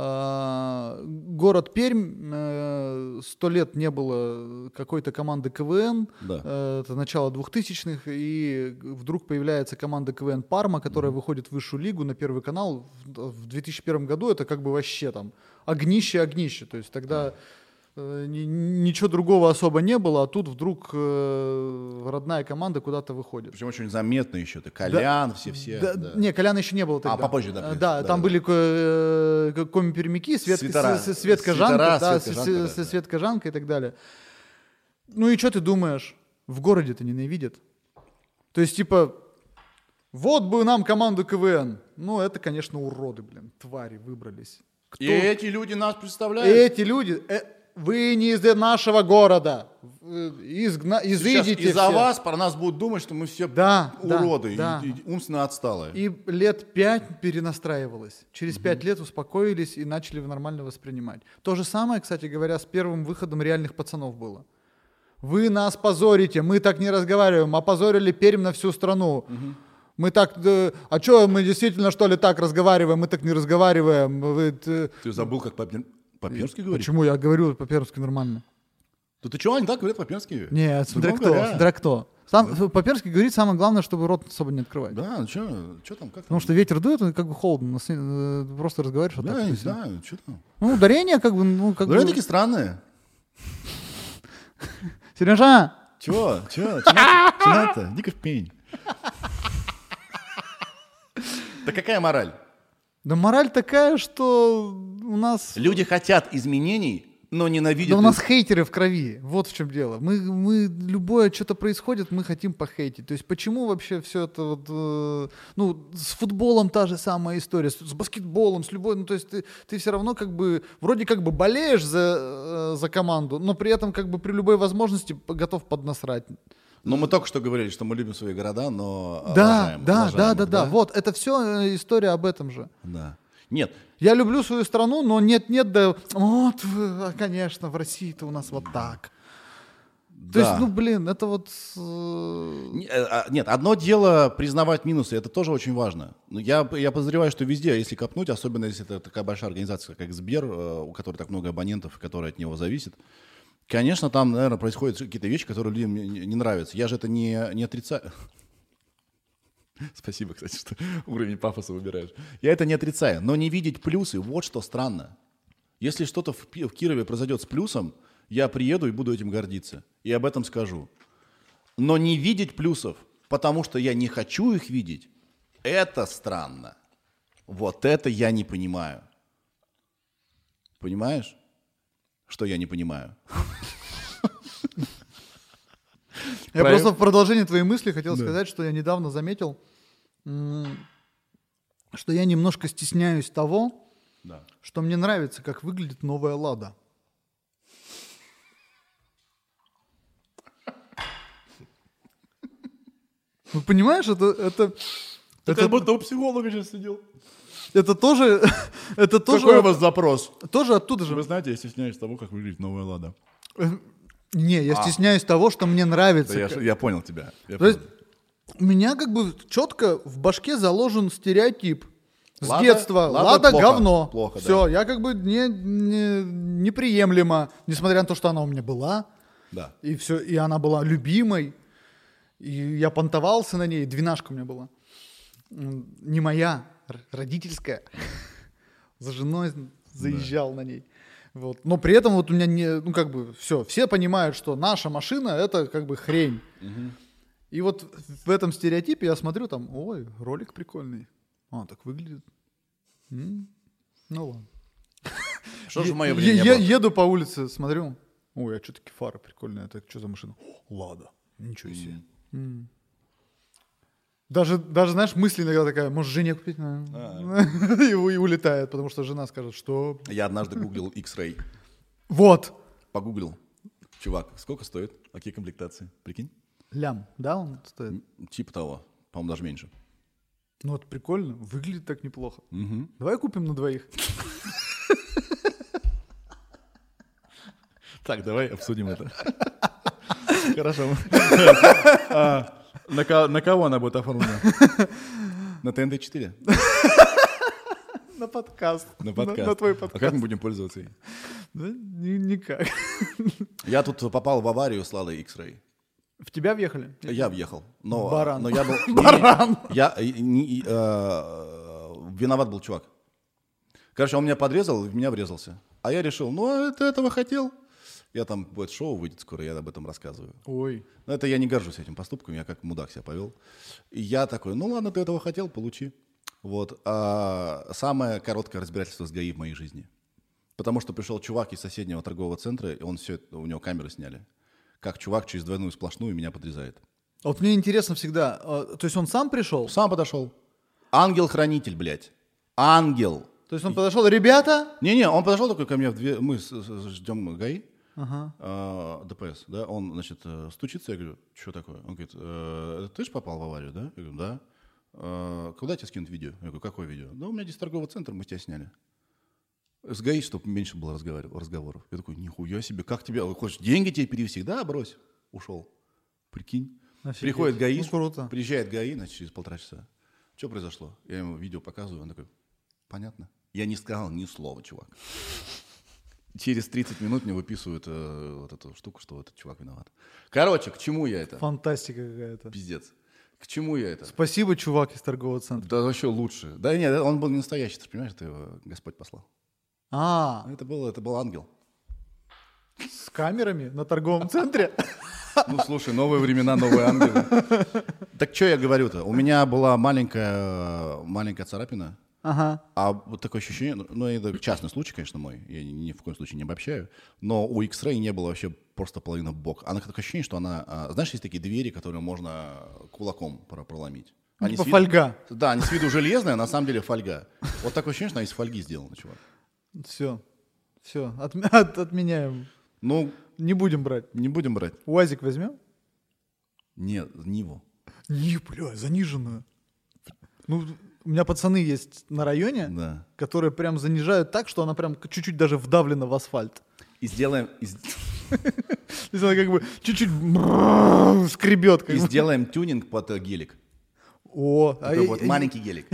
Город Пермь, сто лет не было какой-то команды КВН, да. Это начало двухтысячных, и вдруг появляется команда КВН Парма, которая mm-hmm. выходит в высшую лигу на Первый канал в две тысячи первом году, это как бы вообще там огнище-огнище, то есть тогда mm-hmm. ничего другого особо не было, а тут вдруг родная команда куда-то выходит. Причем очень заметно еще, ты Колян, да, все-все. Да, да. Не, Коляна еще не было тогда. А, попозже, да. Да, да, там да, были да. коми-пермяки, Светка, Светка Жанка, да, Светка, да, Светка Жанка и так далее. Ну и что ты думаешь? В городе-то ненавидят. То есть, типа, вот бы нам команду КВН. Ну, это, конечно, уроды, блин, твари выбрались. Кто? И эти люди нас представляют? Эти люди... Э... Вы не из нашего города. Изгна... Изыдите из-за все. вас про нас будут думать, что мы все да, уроды, да, и, да. и умственно отсталые. И лет пять перенастраивалось. Через пять угу. лет успокоились и начали нормально воспринимать. То же самое, кстати говоря, с первым выходом «Реальных пацанов» было. Вы нас позорите, мы так не разговариваем, опозорили Пермь на всю страну. Угу. Мы так, э, а что, мы действительно что ли так разговариваем, мы так не разговариваем. Вы, ты... ты забыл, как по... по-пермски говоришь? Почему? Я говорю по-пермски нормально. Да ты что, они так говорят по-пермски? Нет, смотря кто, смотря кто. Сам, да. По-пермски говорить самое главное, чтобы рот особо не открывать. Да, ну что, что там, как Потому там? что ветер дует, и как бы холодно, просто разговариваешь. Да, вот так, я не знаю, что там. Ну, ударения как бы, ну, как ударения бы... такие странные. Сережа! Чего? Чего? Чего это? Иди-ка в пень. Да какая мораль? Да мораль такая, что у нас... Люди хотят изменений, но ненавидят... Да у нас их. хейтеры в крови, вот в чем дело. Мы, мы любое что-то происходит, мы хотим похейтить. То есть почему вообще все это вот... э, ну, с футболом та же самая история, с, с баскетболом, с любой... Ну, то есть ты, ты все равно как бы... Вроде как бы болеешь за, э, за команду, но при этом как бы при любой возможности готов поднасрать. Но мы только что говорили, что мы любим свои города, но Да, уважаем, да, уважаем да, их, да, да. Вот, это все история об этом же. Да. Нет, Я люблю свою страну, но нет-нет, да, вот, э, конечно, в России-то у нас вот так. То да. есть, ну, блин, это вот... э, Не- а, Нет, одно дело признавать минусы, это тоже очень важно. Но Я, я подозреваю, что везде, если копнуть, особенно если это такая большая организация, как Сбер, э, у которой так много абонентов, которые от него зависят, конечно, там, наверное, происходят какие-то вещи, которые людям не, не- не нравятся. Я же это не, не отрицаю. Спасибо, кстати, что уровень пафоса выбираешь. Я это не отрицаю, но не видеть плюсы, вот что странно. Если что-то в, Пи- в Кирове произойдет с плюсом, я приеду и буду этим гордиться. И об этом скажу. Но не видеть плюсов, потому что я не хочу их видеть, это странно. Вот это я не понимаю. Понимаешь, что я не понимаю? Я Правильно. просто в продолжение твоей мысли хотел Да. сказать, что я недавно заметил, м, что я немножко стесняюсь того, Да. что мне нравится, как выглядит новая «Лада». Ну, понимаешь, это, это, это, Как будто у психолога сейчас сидел. это тоже, это Какой у тоже, вас запрос? тоже оттуда же. Вы знаете, я стесняюсь того, как выглядит новая «Лада». Не, я стесняюсь того, что мне нравится. Да, я, как- я понял тебя. Я То есть понял. у меня как бы четко в башке заложен стереотип. С Лада- детства. Лада Лада, плохо. говно. Плохо, Все, да. я как бы не, не, неприемлема, несмотря на то, что она у меня была. Да. И все, и она была любимой. И я понтовался на ней. Двенашка у меня была. М, Не моя, р- родительская. За женой заезжал на ней. Вот. Но при этом вот у меня не, ну как бы все, все понимают, что наша машина это как бы хрень. И вот в этом стереотипе я смотрю там, ой, ролик прикольный. А, так выглядит. М, Ну ладно. Что же в Е- мое е- время не е- было? Еду по улице, смотрю. Ой, а что такие фары прикольные? Это что за машина? О, Лада. Ничего себе. М. Даже, даже, знаешь, мысль иногда такая, может, жене купить? И у- и улетает, потому что жена скажет, что... Я однажды гуглил X-Ray. Вот. Погуглил. Чувак, сколько стоит? Какие комплектации? Прикинь? Лям, да, он стоит? М, Типа того. По-моему, даже меньше. Ну, вот прикольно, выглядит так неплохо. Мгм. Давай купим на двоих. Так, давай обсудим это. Хорошо. А, На ко- на кого она будет оформлена? На Т Н Т четыре? На подкаст. На подкаст. На твой А как подкаст. мы будем пользоваться ей? Да, ни- никак. Я тут попал в аварию с Ладой X-Ray. В тебя въехали? Я въехал. Но, Баран. но я был... не- не- Я э, не- э, виноват был чувак. Короче, он меня подрезал и в меня врезался. А я решил, ну, а ты этого хотел? Я там, будет шоу выйдет скоро, я об этом рассказываю. Ой. Но это я не горжусь этим поступком, я как мудак себя повел. И я такой, ну ладно, ты этого хотел, получи. Вот. А самое короткое разбирательство с ГАИ в моей жизни. Потому что пришел чувак из соседнего торгового центра, и он все это, у него камеры сняли. Как чувак через двойную сплошную меня подрезает. А вот мне интересно всегда, а, то есть он сам пришел? Сам подошел. Ангел-хранитель, блядь. Ангел. То есть он подошел, ребята? Не-не, он подошел такой ко мне, в две, мы с- с- ждем ГАИ, Ага. а, ДПС, да, он, значит, э, стучится, я говорю, что такое? Он говорит, «Э, ты же попал в аварию, да? Я говорю, да. «Э, Куда тебе скинуть видео? Я говорю, какое видео? Да, у меня здесь торговый центр, мы тебя сняли. С ГАИ, чтобы меньше было разговор- разговоров. Я такой, нихуя себе, как тебе, хочешь деньги тебе перевести? Да, брось. Ушел. Прикинь. Офигеть. Приходит ГАИ, Ну, круто. приезжает ГАИ, значит, через полтора часа. Что произошло? Я ему видео показываю, он такой, понятно. Я не сказал ни слова, чувак. Через тридцать минут мне выписывают э, вот эту штуку, что этот чувак виноват. Короче, к чему я это? Фантастика какая-то. Пиздец. К чему я это? Спасибо, чувак из торгового центра. Да вообще лучше. Да нет, он был не настоящий, ты же понимаешь, это его Господь послал. А, Это был, это был ангел. с камерами на торговом центре? Ну, слушай, новые времена, новые ангелы. Так что я говорю-то? У меня была маленькая, маленькая царапина. Ага. А вот такое ощущение, ну, ну, это частный случай, конечно, мой, я ни, ни в коем случае не обобщаю, но у X-Ray не было вообще просто половины бок. Она такое ощущение, что она, а, знаешь, есть такие двери, которые можно кулаком про- проломить. Они Типа с виду- фольга. Да, они с виду железные, а на самом деле фольга. Вот такое ощущение, что она из фольги сделана, чувак. Все. Все. Отм- от- отменяем. Ну, Не будем брать. не будем брать. УАЗик возьмем? Нет, Ниву. Не, бля, заниженную. Ну, у меня пацаны есть на районе, Да. которые прям занижают так, что она прям чуть-чуть даже вдавлена в асфальт. И сделаем, и, с- То есть она как бы чуть-чуть брррр скребет. как и бы. сделаем тюнинг под э, гелик. О, Такой а вот и- маленький гелик.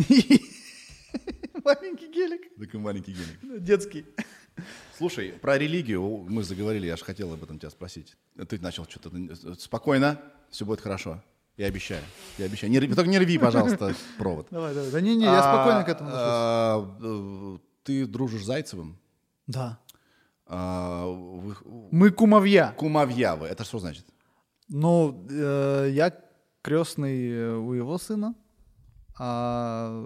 маленький гелик. Такой маленький гелик. Детский. Слушай, про религию мы заговорили, я же хотел об этом тебя спросить. Ты начал что-то... Спокойно, все будет хорошо. Я обещаю. Я обещаю. Не рви, только не рви, пожалуйста, провод. Давай, давай. Да не-не, я спокойно к этому отношусь. а, э, Ты дружишь с Зайцевым? Да. А, вы- Мы кумовья. Кумовья вы. Это что значит? Ну, э, я крестный э, у его сына, а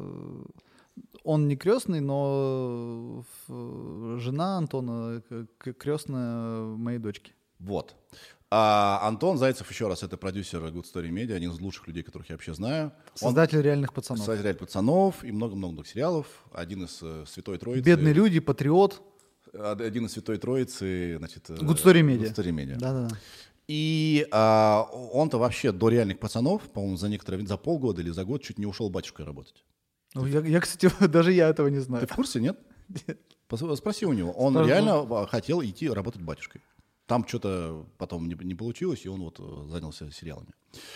он не крестный, но э, жена Антона крестная моей дочки. Вот. А Антон Зайцев, еще раз, это продюсер Good Story Media, один из лучших людей, которых я вообще знаю. Создатель реальных пацанов. Создатель «Реальных пацанов» и много-много других сериалов. Один из э, Святой Троицы. Бедные люди, патриот. Один из Святой Троицы, значит... э, Good Story Media. Good Story Media. Да-да-да. И а, он-то вообще до «Реальных пацанов», по-моему, за некоторое время, за полгода или за год чуть не ушел батюшкой работать. Ну, я, я, кстати, даже я этого не знаю. Ты в курсе, нет? Пос- Спроси у него. Он Спрошу. реально хотел идти работать батюшкой. Там что-то потом не, не получилось, и он вот э, занялся сериалами.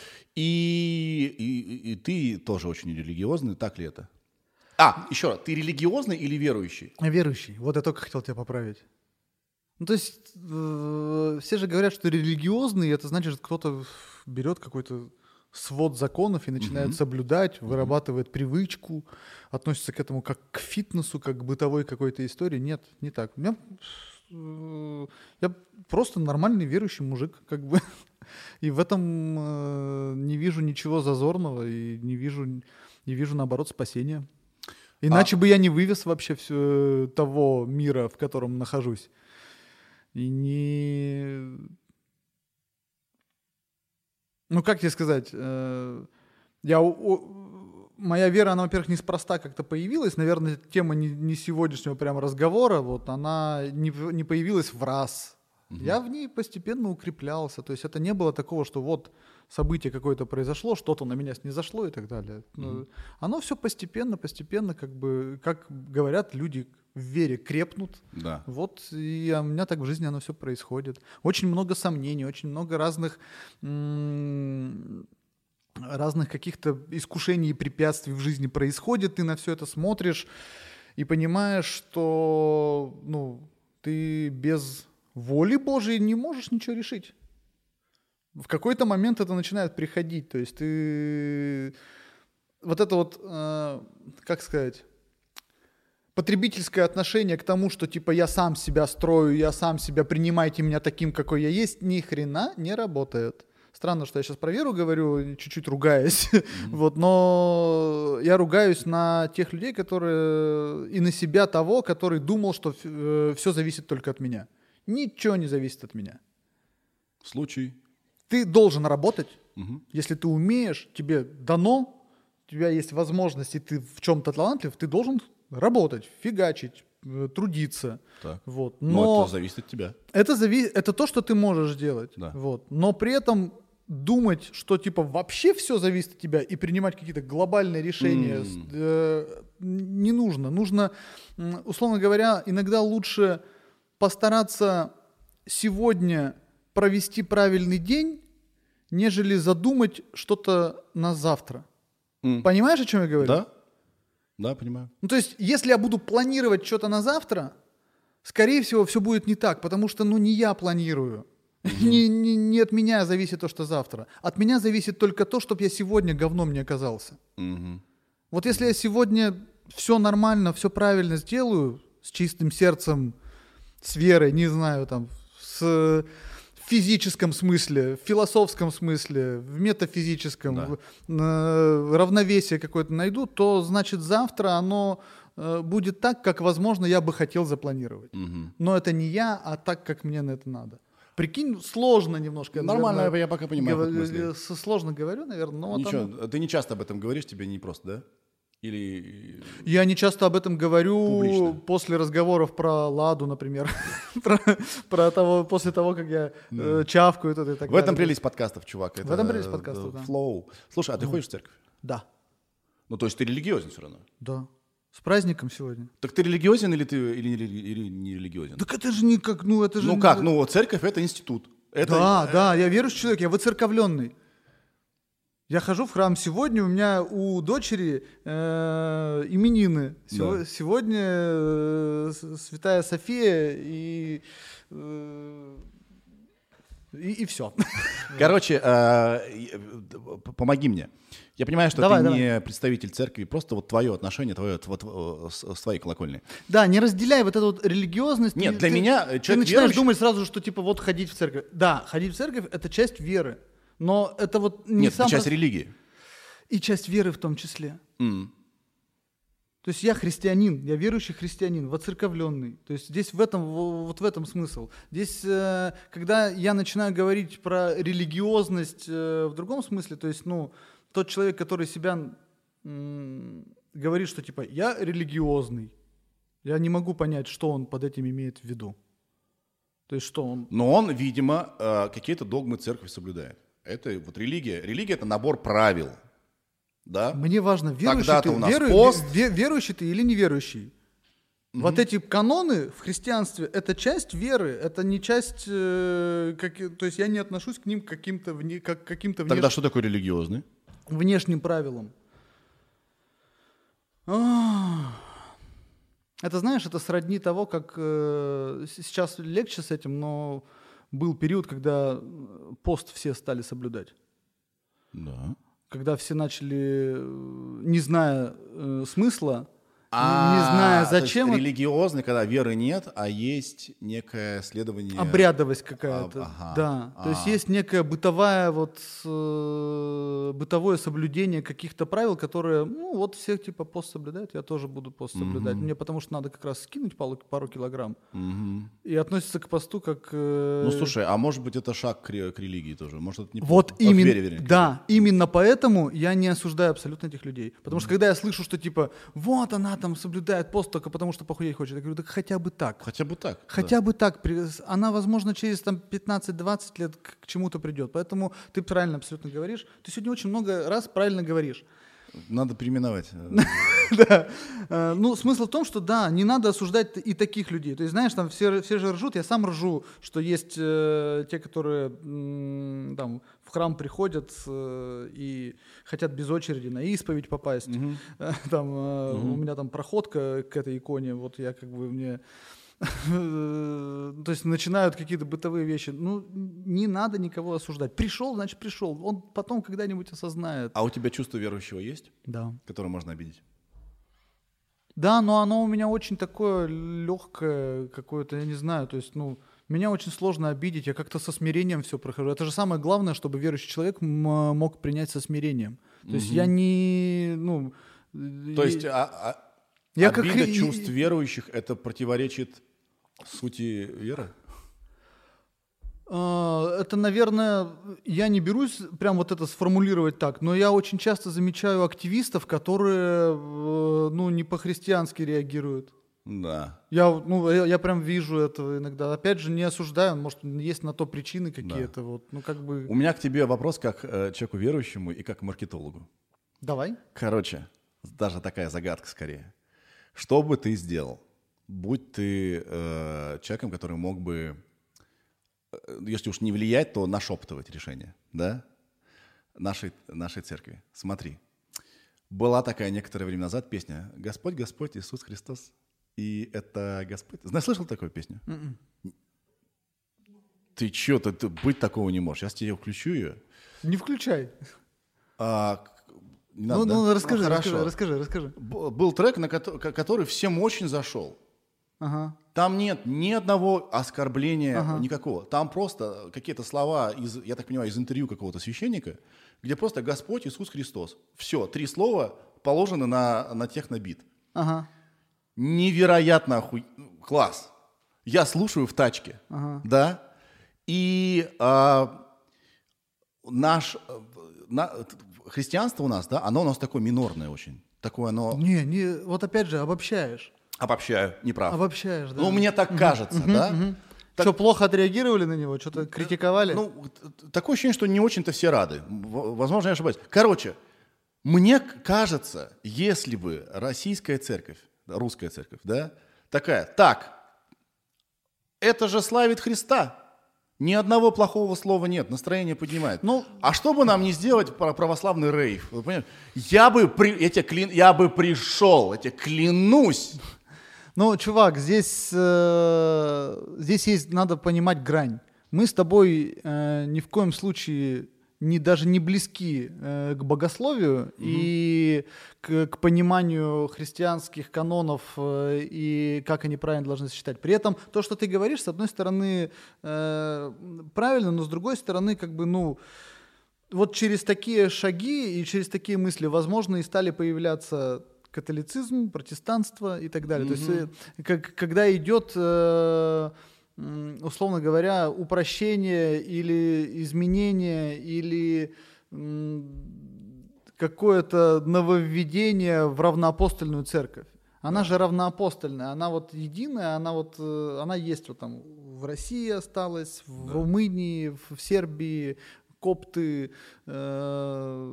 И, и, и ты тоже очень религиозный, так ли это? А, еще раз, ты религиозный или верующий? Верующий. Вот я только хотел тебя поправить. Ну, то есть, э, все же говорят, что религиозный, это значит, что кто-то берет какой-то свод законов и начинает Мгм. соблюдать, вырабатывает привычку, относится к этому как к фитнесу, как к бытовой какой-то истории. Нет, не так. У меня, э, я просто нормальный верующий мужик, как бы. И в этом э, не вижу ничего зазорного и не вижу, не вижу наоборот, спасения. Иначе бы я не вывез вообще всё того мира, в котором нахожусь. И не... Ну, как тебе сказать? э, Я, у- у- моя вера, она, во-первых, неспроста как-то появилась. Наверное, тема не, не сегодняшнего прям разговора, вот, она не, в- не появилась в раз. Я в ней постепенно укреплялся. То есть это не было такого, что вот событие какое-то произошло, что-то на меня снизошло и так далее. Ну, оно все постепенно, постепенно, как бы, как говорят, люди в вере крепнут. Да. Вот, и у меня так в жизни оно все происходит. Очень много сомнений, очень много разных, м, разных каких-то искушений и препятствий в жизни происходит. Ты на все это смотришь и понимаешь, что ну, ты без воли Божией не можешь ничего решить. В какой-то момент это начинает приходить. То есть ты... Вот это вот, э, как сказать... потребительское отношение к тому, что типа я сам себя строю, я сам себя, принимайте меня таким, какой я есть, ни хрена не работает. Странно, что я сейчас про веру говорю, чуть-чуть ругаясь, mm-hmm. вот, но я ругаюсь на тех людей, которые и на себя того, который думал, что э, все зависит только от меня. Ничего не зависит от меня. Случай. Ты должен работать, Угу. если ты умеешь, тебе дано, у тебя есть возможность, и ты в чем-то талантлив, ты должен работать, фигачить, э, трудиться. Так. Вот. Но... Но это зависит от тебя. это, зави... это то, что ты можешь делать. Да. Вот. Но при этом думать, что типа вообще все зависит от тебя и принимать какие-то глобальные решения Mm. э, не нужно. Нужно, м, условно говоря, иногда лучше постараться сегодня провести правильный день, нежели задумать что-то на завтра. Mm. Понимаешь, о чем я говорю? Да? Да, понимаю. Ну, то есть, если я буду планировать что-то на завтра, скорее всего, все будет не так, потому что, ну, не я планирую. Mm-hmm. не, не, не от меня зависит то, что завтра. От меня зависит только то, чтобы я сегодня говном не оказался. Mm-hmm. Вот если я сегодня все нормально, все правильно сделаю, с чистым сердцем, с верой, не знаю, там, с физическом смысле, в философском смысле, в метафизическом, Да. в- э, равновесие какое-то найду, то значит завтра оно э, будет так, как, возможно, я бы хотел запланировать. Мгм. Но это не я, а так, как мне на это надо. Прикинь, сложно немножко. Нормально, наверное, я пока понимаю ход гов- мыслей. э, Сложно говорю, наверное, но вот Ничего, оно- ты не часто об этом говоришь, тебе не просто, да? Или... Я не часто об этом говорю Публично. после разговоров про Ладу, например, про, про того, после того, как я э, чавкаю тут и так В этом далее. прелесть подкастов, чувак. Это, этом прелесть подкастов, э, да. Флоу. Слушай, а ты ходишь в церковь? Да, Ну, то есть ты религиозен все равно? да. С праздником сегодня. Так ты религиозен или ты или не, рели- или не религиозен? Так это же не как, ну это же... Ну не- как, ну церковь это институт. Это, Да, да, я верующий человек, я выцерковленный. Я хожу в храм. Сегодня у меня у дочери э, именины. Сего- Да. Сегодня э, с- Святая София и... э, и, и все. Короче, э, э, п- помоги мне. Я понимаю, что Давай, ты давай. не представитель церкви, просто вот твое отношение, твое вот, э, с, с твоей колокольни. Да, не разделяй вот эту вот религиозность. Нет, Ты- для ты- меня, э, Ты человек начинаешь верующий- думать сразу же, что типа вот ходить в церковь. Да, ходить в церковь — это часть веры. Но это вот не Нет, сам это часть прос- религии. И часть веры в том числе. М. То есть я христианин, я верующий христианин, воцерковленный. То есть здесь в этом, в- вот в этом смысл. Здесь, э, когда я начинаю говорить про религиозность э, в другом смысле, то есть, ну, тот человек, который себя м, говорит, что типа я религиозный, я не могу понять, что он под этим имеет в виду. То есть что он... Но он, видимо, э, какие-то догмы церкви соблюдает. Это вот религия. Религия — это набор правил. Да? Мне важно, верующий Тогда-то ты, у нас веру- пост. ве- верующий ты или неверующий. Вот эти каноны в христианстве — это часть веры, это не часть, э, как- то есть я не отношусь к ним к каким-то вне- как, к каким-то внеш- Тогда что такое религиозный? внешним правилам. Ах. Это, знаешь, это сродни того, как э, с- сейчас легче с этим, но был период, когда э, пост все стали соблюдать. Да. Когда все начали, э, не зная э, смысла, не А, зная то есть зачем, это- религиозный, когда веры нет, а есть некое следование... обрядовость какая-то. А, ага. Да. То есть А. есть некое бытовая вот э, бытовое соблюдение каких-то правил, которые, ну вот все типа пост соблюдают, я тоже буду пост соблюдать. Мне потому что надо как раз скинуть пару, пару килограмм. Мгм. И относится к посту как... э, Ну, слушай, а может быть, это шаг к, ре- к религии тоже? Может, это не Вот к именно, вере, вернее, к да, именно поэтому я не осуждаю абсолютно этих людей. Потому что когда я слышу, что типа, вот она там соблюдает пост только потому, что похудеть хочет, я говорю, так хотя бы так. Хотя бы так. Хотя бы так. при- Она, возможно, через там, пятнадцать-двадцать лет к, к чему-то придет. Поэтому ты правильно абсолютно говоришь. Ты сегодня очень много раз правильно говоришь. Да. Надо переименовать. Да. Э, Ну, смысл в том, что да, не надо осуждать и таких людей. То есть, знаешь, там все, все же ржут, я сам ржу, что есть э, те, которые м, там в храм приходят э, и хотят без очереди на исповедь попасть. Э, Там э, у меня там проходка к этой иконе, вот я как бы мне... То есть начинают какие-то бытовые вещи. Ну, не надо никого осуждать. Пришел, значит, пришел. Он потом когда-нибудь осознает. А у тебя чувство верующего есть, Да. которое можно обидеть? Да, но оно у меня очень такое легкое какое-то, я не знаю, то есть, ну, меня очень сложно обидеть, я как-то со смирением все прохожу. Это же самое главное, чтобы верующий человек м- мог принять со смирением. То есть я не, ну... То и- есть а, а- Я как обида и- чувств верующих, это противоречит сути веры? А, Это, наверное, я не берусь прям вот это сформулировать так, но я очень часто замечаю активистов, которые, э, ну, не по-христиански реагируют. Да. Я, ну, я, я прям вижу это иногда. Опять же, не осуждаю, может, есть на то причины какие-то. Вот, ну, как бы... У меня к тебе вопрос как э, человеку верующему и как маркетологу. Давай. Короче, даже такая загадка скорее. Что бы ты сделал, будь ты э, человеком, который мог бы, э, если уж не влиять, то нашептывать решения, да, нашей, нашей церкви. Смотри, была такая некоторое время назад песня «Господь, Господь, Иисус Христос». И это Господь. Знаешь, слышал такую песню? М-м. Ты чё, ты, ты быть такого не можешь. Я тебе включу ее. Не включай. А, к- не Ну, надо, ну, да? расскажи, Ну, расскажи, хорошо. расскажи, расскажи. Б- Был трек, на кото- ко- который всем очень зашел. Ага. Там нет ни одного оскорбления, Ага. никакого. Там просто какие-то слова, из, я так понимаю, из интервью какого-то священника, где просто Господь Иисус Христос. Все, три слова положены на, на технобит. Ага. Невероятно оху... класс. Я слушаю в тачке, Ага. да, и а, наш, на, христианство у нас, да, оно у нас такое минорное очень. Такое оно... Не, не, вот опять же, обобщаешь. Обобщаю, не прав. Обобщаешь, да. Ну, мне так кажется, да. Так- Что, плохо отреагировали на него? Что-то критиковали? Ну, т- такое ощущение, что не очень-то все рады. В- Возможно, я ошибаюсь. Короче, мне к- кажется, если бы российская церковь, да, русская церковь, да, такая, так, это же славит Христа. Ни одного плохого слова нет, настроение поднимает. Ну- а что бы нам не сделать про православный рейв? Вы понимаете? Я бы, при, я, тебе клин, я бы пришел, я тебе клянусь. Ну, чувак, здесь, э, здесь есть, надо понимать грань. Мы с тобой э, ни в коем случае не, даже не близки э, к богословию и к, к пониманию христианских канонов э, и как они правильно должны сочетать. При этом то, что ты говоришь, с одной стороны, э, правильно, но с другой стороны, как бы, ну, вот через такие шаги и через такие мысли, возможно, и стали появляться католицизм, протестанство и так далее. То есть, э, как, когда идет, э, м, условно говоря, упрощение или изменение, или м, какое-то нововведение в равноапостольную церковь. Она же равноапостольная, она вот единая, она вот, э, она есть вот там в России осталась, в Румынии, в, в Сербии, копты, э,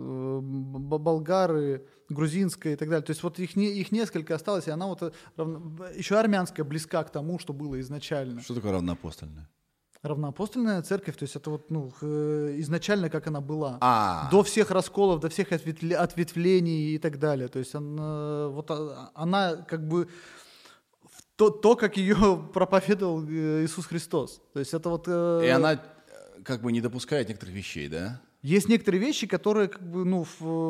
б- болгары, грузинская и так далее. То есть вот их, не, их несколько осталось, и она вот э, равно, еще армянская близка к тому, что было изначально. Что такое равноапостольное? Равноапостольная церковь, то есть это вот ну, э, изначально как она была. А. До всех расколов, до всех ответвле- ответвлений и так далее. То есть она, вот, а- она как бы то, то, как ее проповедовал э, Иисус Христос. То есть это вот... э, И она э, как бы не допускает некоторых вещей, да? Есть некоторые вещи, которые, как бы, ну,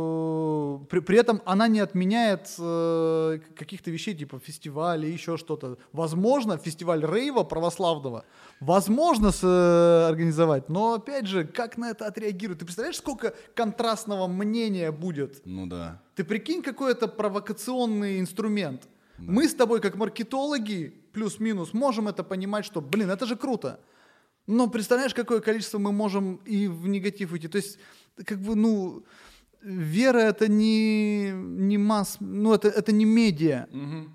в, при, при этом она не отменяет э, каких-то вещей, типа фестиваля, еще что-то. Возможно, фестиваль рейва православного возможно с, э, организовать, но, опять же, как на это отреагируют? Ты представляешь, сколько контрастного мнения будет? Ну да. Ты прикинь, какой это провокационный инструмент. Мы с тобой, как маркетологи, плюс-минус, можем это понимать, что, блин, это же круто. Но представляешь, какое количество мы можем и в негатив уйти. То есть, как бы, ну, вера это не, не масс, ну, это, это не медиа.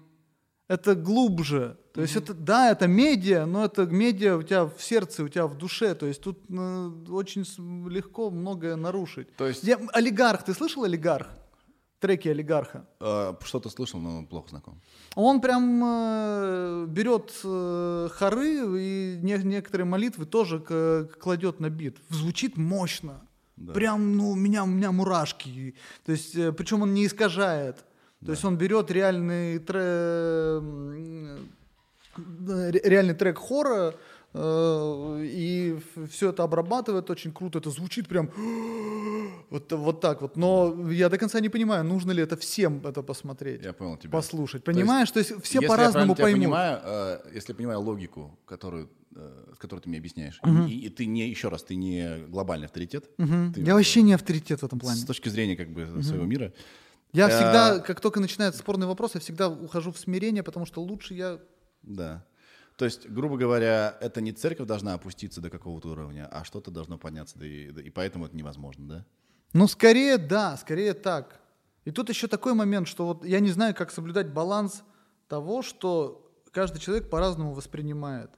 Это глубже. То есть, это, да, это медиа, но это медиа у тебя в сердце, у тебя в душе. То есть, тут э, очень с- легко многое нарушить. То есть- Я, олигарх, ты слышал олигарх? Треки олигарха. Э, Что-то слышал, но плохо знаком. Он прям э, берет э, хоры и не- некоторые молитвы тоже к- кладет на бит. Звучит мощно. Да. Прям, ну, у меня, у меня мурашки. То есть, э, причем он не искажает. То есть он берет реальный, тре- м, э, ре- реальный трек хора э, и все это обрабатывает очень круто. Это звучит прям вот, вот так вот. Но я до конца не понимаю, нужно ли это всем это посмотреть. Я понял тебя. Послушать. То есть, Понимаешь? То есть все если по-разному я правильно тебя поймут. понимаю, э, если я понимаю логику, которую, э, с которой ты мне объясняешь, и, и ты не, еще раз, ты не глобальный авторитет, Мгм. ты Я вообще не авторитет в этом плане. с точки зрения как бы своего мира. Я Э, всегда, как только начинается спорный вопрос, я всегда ухожу в смирение, потому что лучше я... Да. То есть, грубо говоря, это не церковь должна опуститься до какого-то уровня, а что-то должно подняться, да и, да, и поэтому это невозможно, да? Ну, скорее да, скорее так. И тут еще такой момент, что вот я не знаю, как соблюдать баланс того, что каждый человек по-разному воспринимает.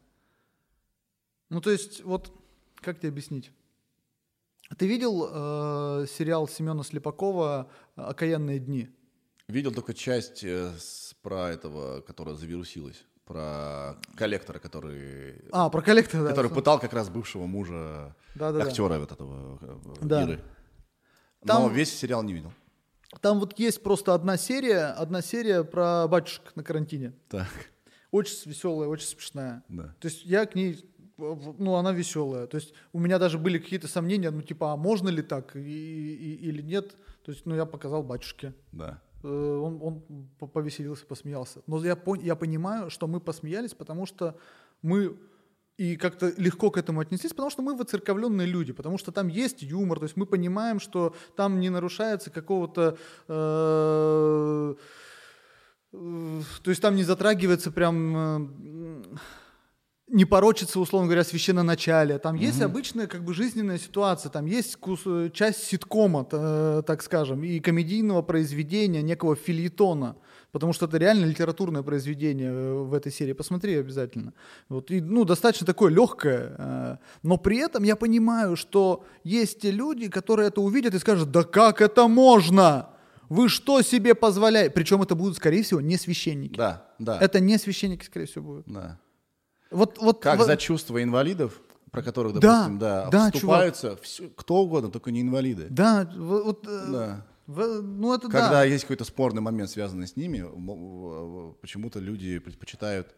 Ну, то есть, вот, как тебе объяснить? Ты видел э, сериал Семена Слепакова «Окаянные дни»? Видел только часть э, с- про этого, которая завирусилась, про коллектора, который, А, про коллектора, да. который пытал как раз бывшего мужа Да-да-да. актера вот этого э, Да. Иры. Там- Но весь сериал не видел. Там вот есть просто одна серия, одна серия про батюшек на карантине. Так, Очень веселая, очень смешная. да. То есть я к ней, ну, она веселая. То есть у меня даже были какие-то сомнения, ну, типа, а можно ли так и, и- или нет? То есть, ну, я показал батюшке. Да. Он, он повеселился, посмеялся. Но я, пон, я понимаю, что мы посмеялись, потому что мы и как-то легко к этому отнеслись, потому что мы воцерковленные люди, потому что там есть юмор, то есть мы понимаем, что там не нарушается какого-то... Э, э, то есть там не затрагивается прям... Э, не порочится, условно говоря, священноначалие. Там mm-hmm. есть обычная как бы жизненная ситуация, там есть кус, часть ситкома, э, так скажем, и комедийного произведения, некого фельетона, потому что это реально литературное произведение в этой серии. Посмотри обязательно. Вот, и, ну, достаточно такое легкое, э, но при этом я понимаю, что есть те люди, которые это увидят и скажут: да как это можно? Вы что себе позволяете? Причем это будут, скорее всего, не священники. Да, да. Это не священники, скорее всего, будут. Да. Вот, вот, как вот, за чувства инвалидов, про которых, да, допустим, да, да, вступаются все, кто угодно, только не инвалиды. Да, вот, да. В, ну это Когда да. есть какой-то спорный момент, связанный с ними, почему-то люди предпочитают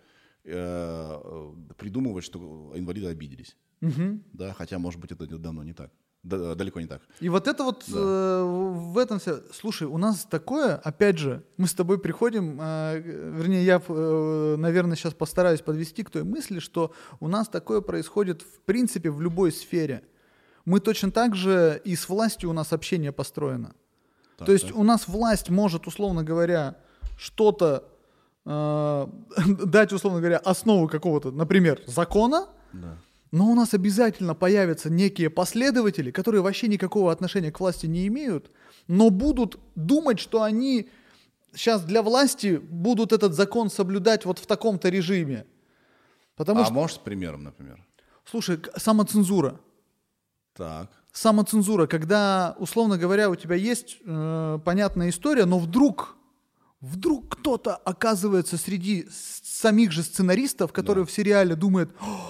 э, придумывать, что инвалиды обиделись. Угу. Да, хотя, может быть, это давно не так. Да, далеко не так. И вот это вот да. э, в этом все. Слушай, у нас такое, опять же, мы с тобой приходим, э, вернее, я, э, наверное, сейчас постараюсь подвести к той мысли, что у нас такое происходит, в принципе, в любой сфере. Мы точно так же и с властью у нас общение построено. Так, То есть так. у нас власть может, условно говоря, что-то э, дать, условно говоря, основу какого-то, например, закона. Да. Но у нас обязательно появятся некие последователи, которые вообще никакого отношения к власти не имеют, но будут думать, что они сейчас для власти будут этот закон соблюдать вот в таком-то режиме. Потому а что... можешь с примером, например? Слушай, самоцензура. Так. Самоцензура, когда, условно говоря, у тебя есть э, понятная история, но вдруг, вдруг кто-то оказывается среди самих же сценаристов, которые да. в сериале думают...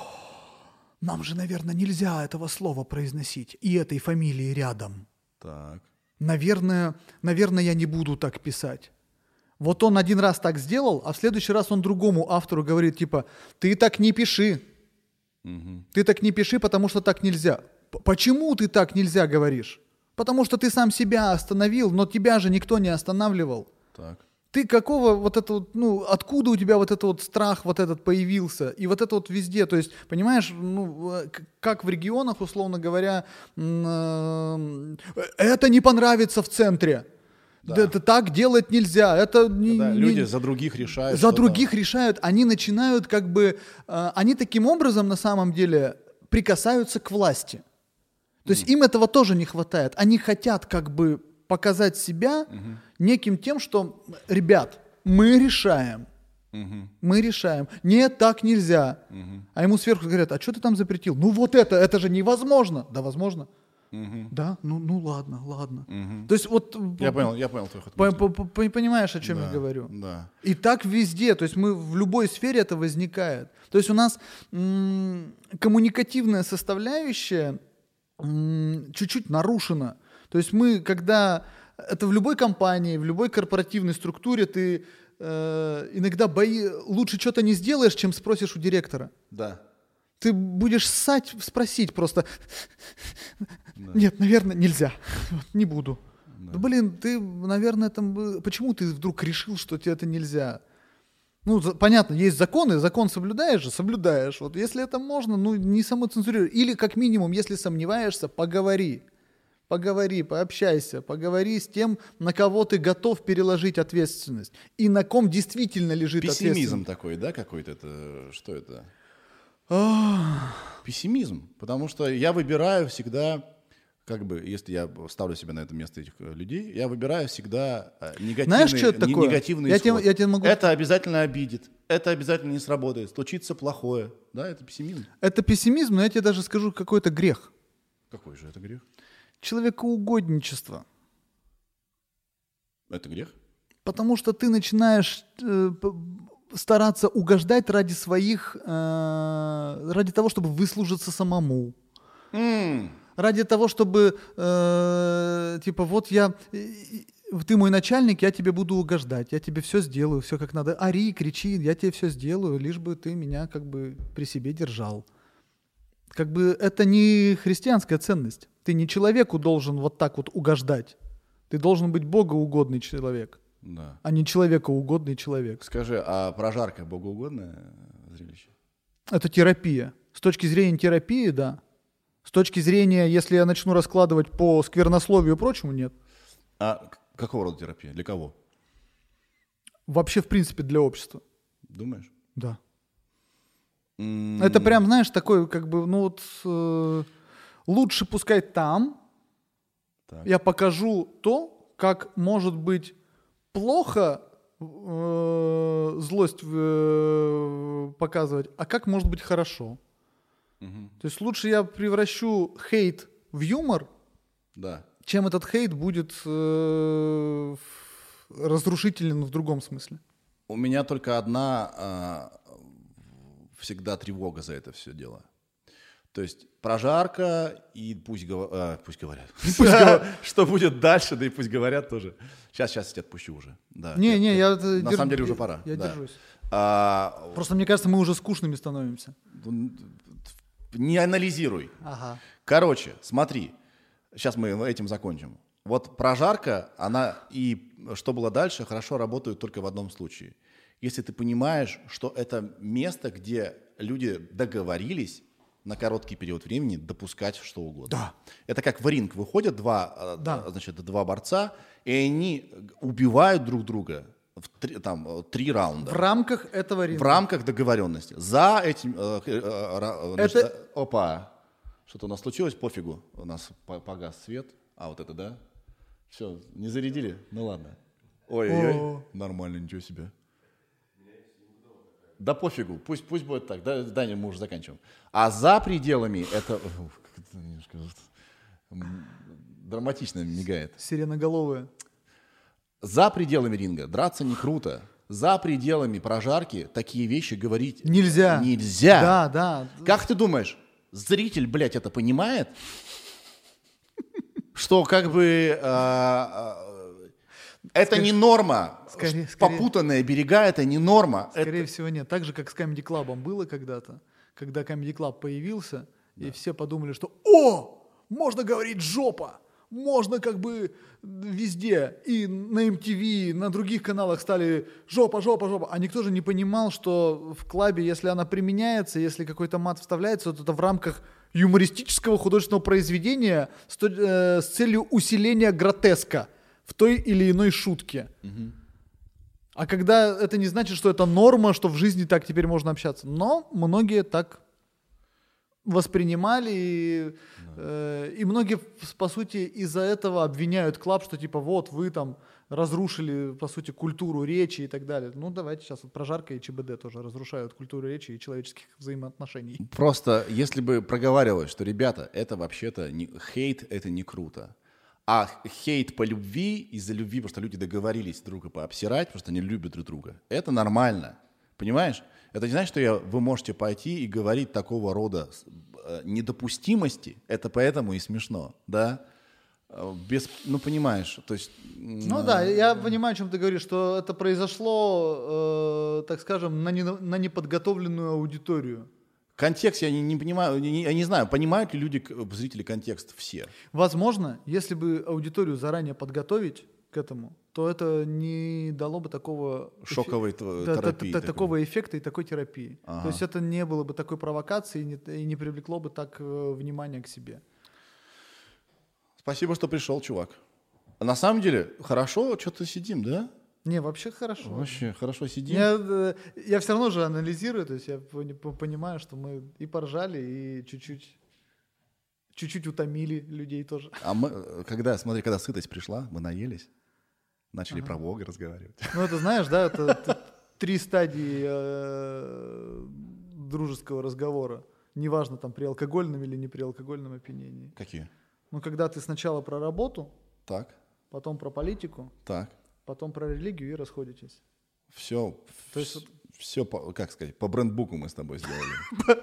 Нам же, наверное, нельзя этого слова произносить и этой фамилии рядом. Так. Наверное, наверное, я не буду так писать. Вот он один раз так сделал, а в следующий раз он другому автору говорит, типа, ты так не пиши. Угу. Ты так не пиши, потому что так нельзя. Почему ты так нельзя говоришь? Потому что ты сам себя остановил, но тебя же никто не останавливал. Так. Ты какого вот это вот, ну, откуда у тебя вот этот вот страх вот этот появился? И вот это вот везде, то есть, понимаешь, ну, как в регионах, условно говоря, это не понравится в центре. Да. Это так делать нельзя. Это не, да, не, люди за других решают. За других решают. Они начинают как бы, они таким образом на самом деле прикасаются к власти. То есть mm. им этого тоже не хватает. Они хотят как бы показать себя uh-huh. неким тем, что, ребят, мы решаем. Uh-huh. Мы решаем. Нет, так нельзя. Uh-huh. А ему сверху говорят, а что ты там запретил? Ну вот это, это же невозможно. Да, возможно. Uh-huh. Да, ну, ну ладно, ладно. Uh-huh. То есть вот... Я понял, я понял твой ход. Понимаешь, о чем да, я говорю? Да. И так везде. То есть мы в любой сфере это возникает. То есть у нас м- коммуникативная составляющая м- чуть-чуть нарушена. То есть мы, когда... Это в любой компании, в любой корпоративной структуре ты э, иногда бои... лучше что-то не сделаешь, чем спросишь у директора. Да. Ты будешь ссать, спросить просто. Да. Нет, наверное, нельзя. Не буду. Да. Да, блин, ты, наверное, там... Почему ты вдруг решил, что тебе это нельзя? Ну, за, понятно, есть законы, закон соблюдаешь же, соблюдаешь. Вот если это можно, ну, не самоцензурируй. Или, как минимум, если сомневаешься, поговори. Поговори, пообщайся, поговори с тем, на кого ты готов переложить ответственность. И на ком действительно лежит Пессимизм ответственность. Пессимизм такой, да, какой-то? Это, что это? Ах. Пессимизм. Потому что я выбираю всегда, как бы, если я ставлю себя на это место этих людей, я выбираю всегда негативный, Знаешь, что это такое? негативный я исход. Тебе, я тебе могу... Это обязательно обидит, это обязательно не сработает, случится плохое. Да, это пессимизм. Это пессимизм, но я тебе даже скажу, какой-то грех. Какой же это грех? Человекоугодничество. Это грех? Потому что ты начинаешь э, стараться угождать ради своих, э, ради того, чтобы выслужиться самому. Mm. Ради того, чтобы, э, типа, вот я, ты мой начальник, я тебе буду угождать, я тебе все сделаю, все как надо. Ори, кричи, я тебе все сделаю, лишь бы ты меня как бы при себе держал. Как бы это не христианская ценность. Ты не человеку должен вот так вот угождать. Ты должен быть богоугодный человек. Да. а не человекоугодный человек. Скажи, а прожарка богоугодное зрелище? Это терапия. С точки зрения терапии, да. С точки зрения, если я начну раскладывать по сквернословию и прочему, нет. А какого рода терапия? Для кого? Вообще, в принципе, для общества. Думаешь? Да. М, Это прям, знаешь, такой, как бы, ну вот, э, лучше пускай там Так. я покажу то, как может быть плохо э, злость э, показывать, а как может быть хорошо. Мгм. То есть лучше я превращу хейт в юмор, Да. чем этот хейт будет э, в- разрушителен в другом смысле. У меня только одна а, всегда тревога за это все дело. То есть прожарка и пусть, гова- а, пусть говорят. Что будет дальше, да и пусть говорят тоже. Сейчас, сейчас я тебя отпущу уже. Да, Не, не, я... На самом деле уже пора. Я да. держусь. А, Просто мне кажется, мы уже скучными становимся. Не анализируй. Ага. Короче, смотри, сейчас мы этим закончим. Вот прожарка, она и что было дальше, хорошо работают только в одном случае. Если ты понимаешь, что это место, где люди договорились на короткий период времени допускать что угодно. Да. Это как в ринг выходят два, э, Да. значит, два борца, и они убивают друг друга в три, там, э, три раунда. В рамках этого ринга. В рамках договоренности. За этим... э, э, э, ра- значит, Это- э, Опа. Что-то у нас случилось, пофигу. У нас по- погас свет. А, вот это, да? Все, не зарядили? Ну ладно. Ой-ой-ой. О. Нормально, ничего себе. Да пофигу, пусть, пусть будет так. Да, Даня, мы уже заканчиваем. А за пределами это... Ух, как это немножко, м, драматично мигает. Сиреноголовые. За пределами ринга драться не круто. За пределами прожарки такие вещи говорить Нельзя. нельзя. Да, да. Как ты думаешь, зритель, блядь, это понимает? Что как бы а, а, это не норма. Скорее- скорее- Попутанные берега это не норма. Скорее всего, нет. Так же, как с Comedy Club'ом было когда-то. Когда Comedy Club появился, и все подумали, что «О! Можно говорить жопа! Можно как бы везде». И на эм ти ви, на других каналах стали «жопа, жопа, жопа». А никто же не понимал, что в клабе, если она применяется, если какой-то мат вставляется, то это в рамках юмористического художественного произведения с, то- э, с целью усиления гротеска в той или иной шутке. А когда это не значит, что это норма, что в жизни так теперь можно общаться. Но многие так воспринимали, и, э, и многие, по сути, из-за этого обвиняют клаб, что типа вот вы там разрушили, по сути, культуру речи и так далее. Ну давайте сейчас вот прожарка и ЧБД тоже разрушают культуру речи и человеческих взаимоотношений. Просто если бы проговаривалось, что, ребята, это вообще-то не, хейт, это не круто. А хейт по любви, из-за любви, потому что люди договорились друг друга пообсирать, потому что они любят друг друга, это нормально. Понимаешь? Это не значит, что я, вы можете пойти и говорить такого рода э, недопустимости. Это поэтому и смешно, да? Э, Без, ну, понимаешь, то есть... Ну да, я понимаю, о чем ты говоришь, что это произошло, э, так скажем, на, не, на неподготовленную аудиторию. Контекст я не, не понимаю, не- не- я не знаю, понимают ли люди, к- зрители контекст все. Возможно, если бы аудиторию заранее подготовить к этому, то это не дало бы такого эффе- Шоковой т- да, та- терапии та- такой. такого эффекта и такой терапии. Ага. То есть это не было бы такой провокации и не, и не привлекло бы так э, внимания к себе. Спасибо, что пришел, чувак. А на самом деле, хорошо, что-то сидим, да? Не, вообще хорошо. Вообще, хорошо сидим. Я, э, я все равно же анализирую, то есть я пони- по- понимаю, что мы и поржали, и чуть-чуть, чуть-чуть утомили людей тоже. А мы, э, когда, смотри, когда сытость пришла, мы наелись, начали про Бога разговаривать. Ну, это знаешь, да, это, это три стадии э, дружеского разговора. Неважно, там, при алкогольном или не при алкогольном опьянении. Какие? Ну, когда ты сначала про работу, Так, потом про политику, так. потом про религию и расходитесь. Все, То есть вот- все, по, как сказать, по брендбуку мы с тобой сделали.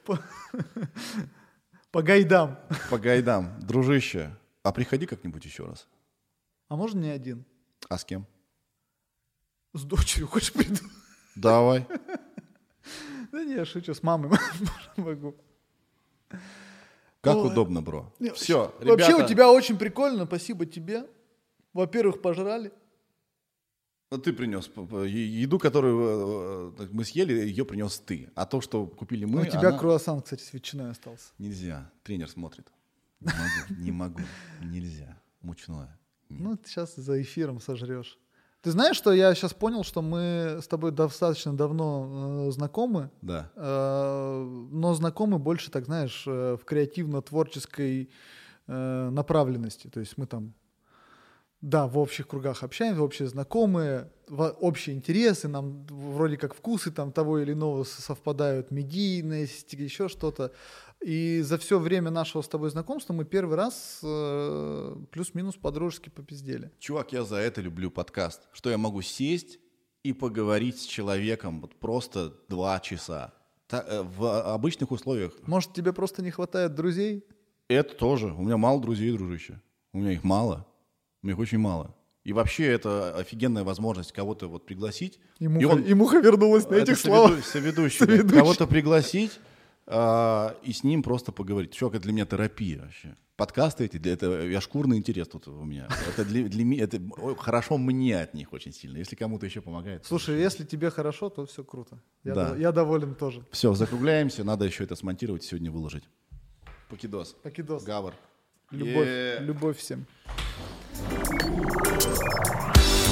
По гайдам. По гайдам. Дружище, а приходи как-нибудь еще раз. А можно не один? А с кем? С дочерью хочешь приду? Давай. Да не, я шучу, с мамой могу. Как Ой. удобно, бро. Не, Все, Вообще ребята. у тебя очень прикольно, спасибо тебе. Во-первых, пожрали. Ну, ты принес еду, которую мы съели, ее принес ты. А то, что купили мы... Ну, у тебя она... круассан, кстати, с ветчиной остался. Нельзя. Тренер смотрит. Не могу, не могу. Нельзя. Мучное. Нет. Ну, ты сейчас за эфиром сожрешь. Ты знаешь, что я сейчас понял, что мы с тобой достаточно давно э, знакомы, Да. э, но знакомы больше, так знаешь, э, в креативно-творческой э, направленности. То есть мы там, да, в общих кругах общаемся, общие знакомые, в, общие интересы, нам вроде как вкусы там того или иного совпадают, медийность, еще что-то. И за все время нашего с тобой знакомства мы первый раз э, плюс-минус по-дружески попиздели. Чувак, я за это люблю подкаст. Что я могу сесть и поговорить с человеком вот просто два часа. Та, э, в обычных условиях. Может, тебе просто не хватает друзей? Это тоже. У меня мало друзей, дружище. У меня их мало. У меня их очень мало. И вообще это офигенная возможность кого-то вот пригласить. И муха, и он, и муха вернулась на это этих словах. Соведу, соведущий. Соведущий. Кого-то пригласить а, и с ним просто поговорить. Чувак, это для меня терапия вообще. Подкасты эти, для этого, я шкурный интерес тут у меня. Это, для, для меня, это хорошо мне от них очень сильно. Если кому-то еще помогает. Слушай, если тебе хорошо, то все круто. Я, Да. дов, я доволен тоже. Все, закругляемся. Надо еще это смонтировать, сегодня выложить. Покидос. Покидос. Гавр. Любовь, Е- любовь всем.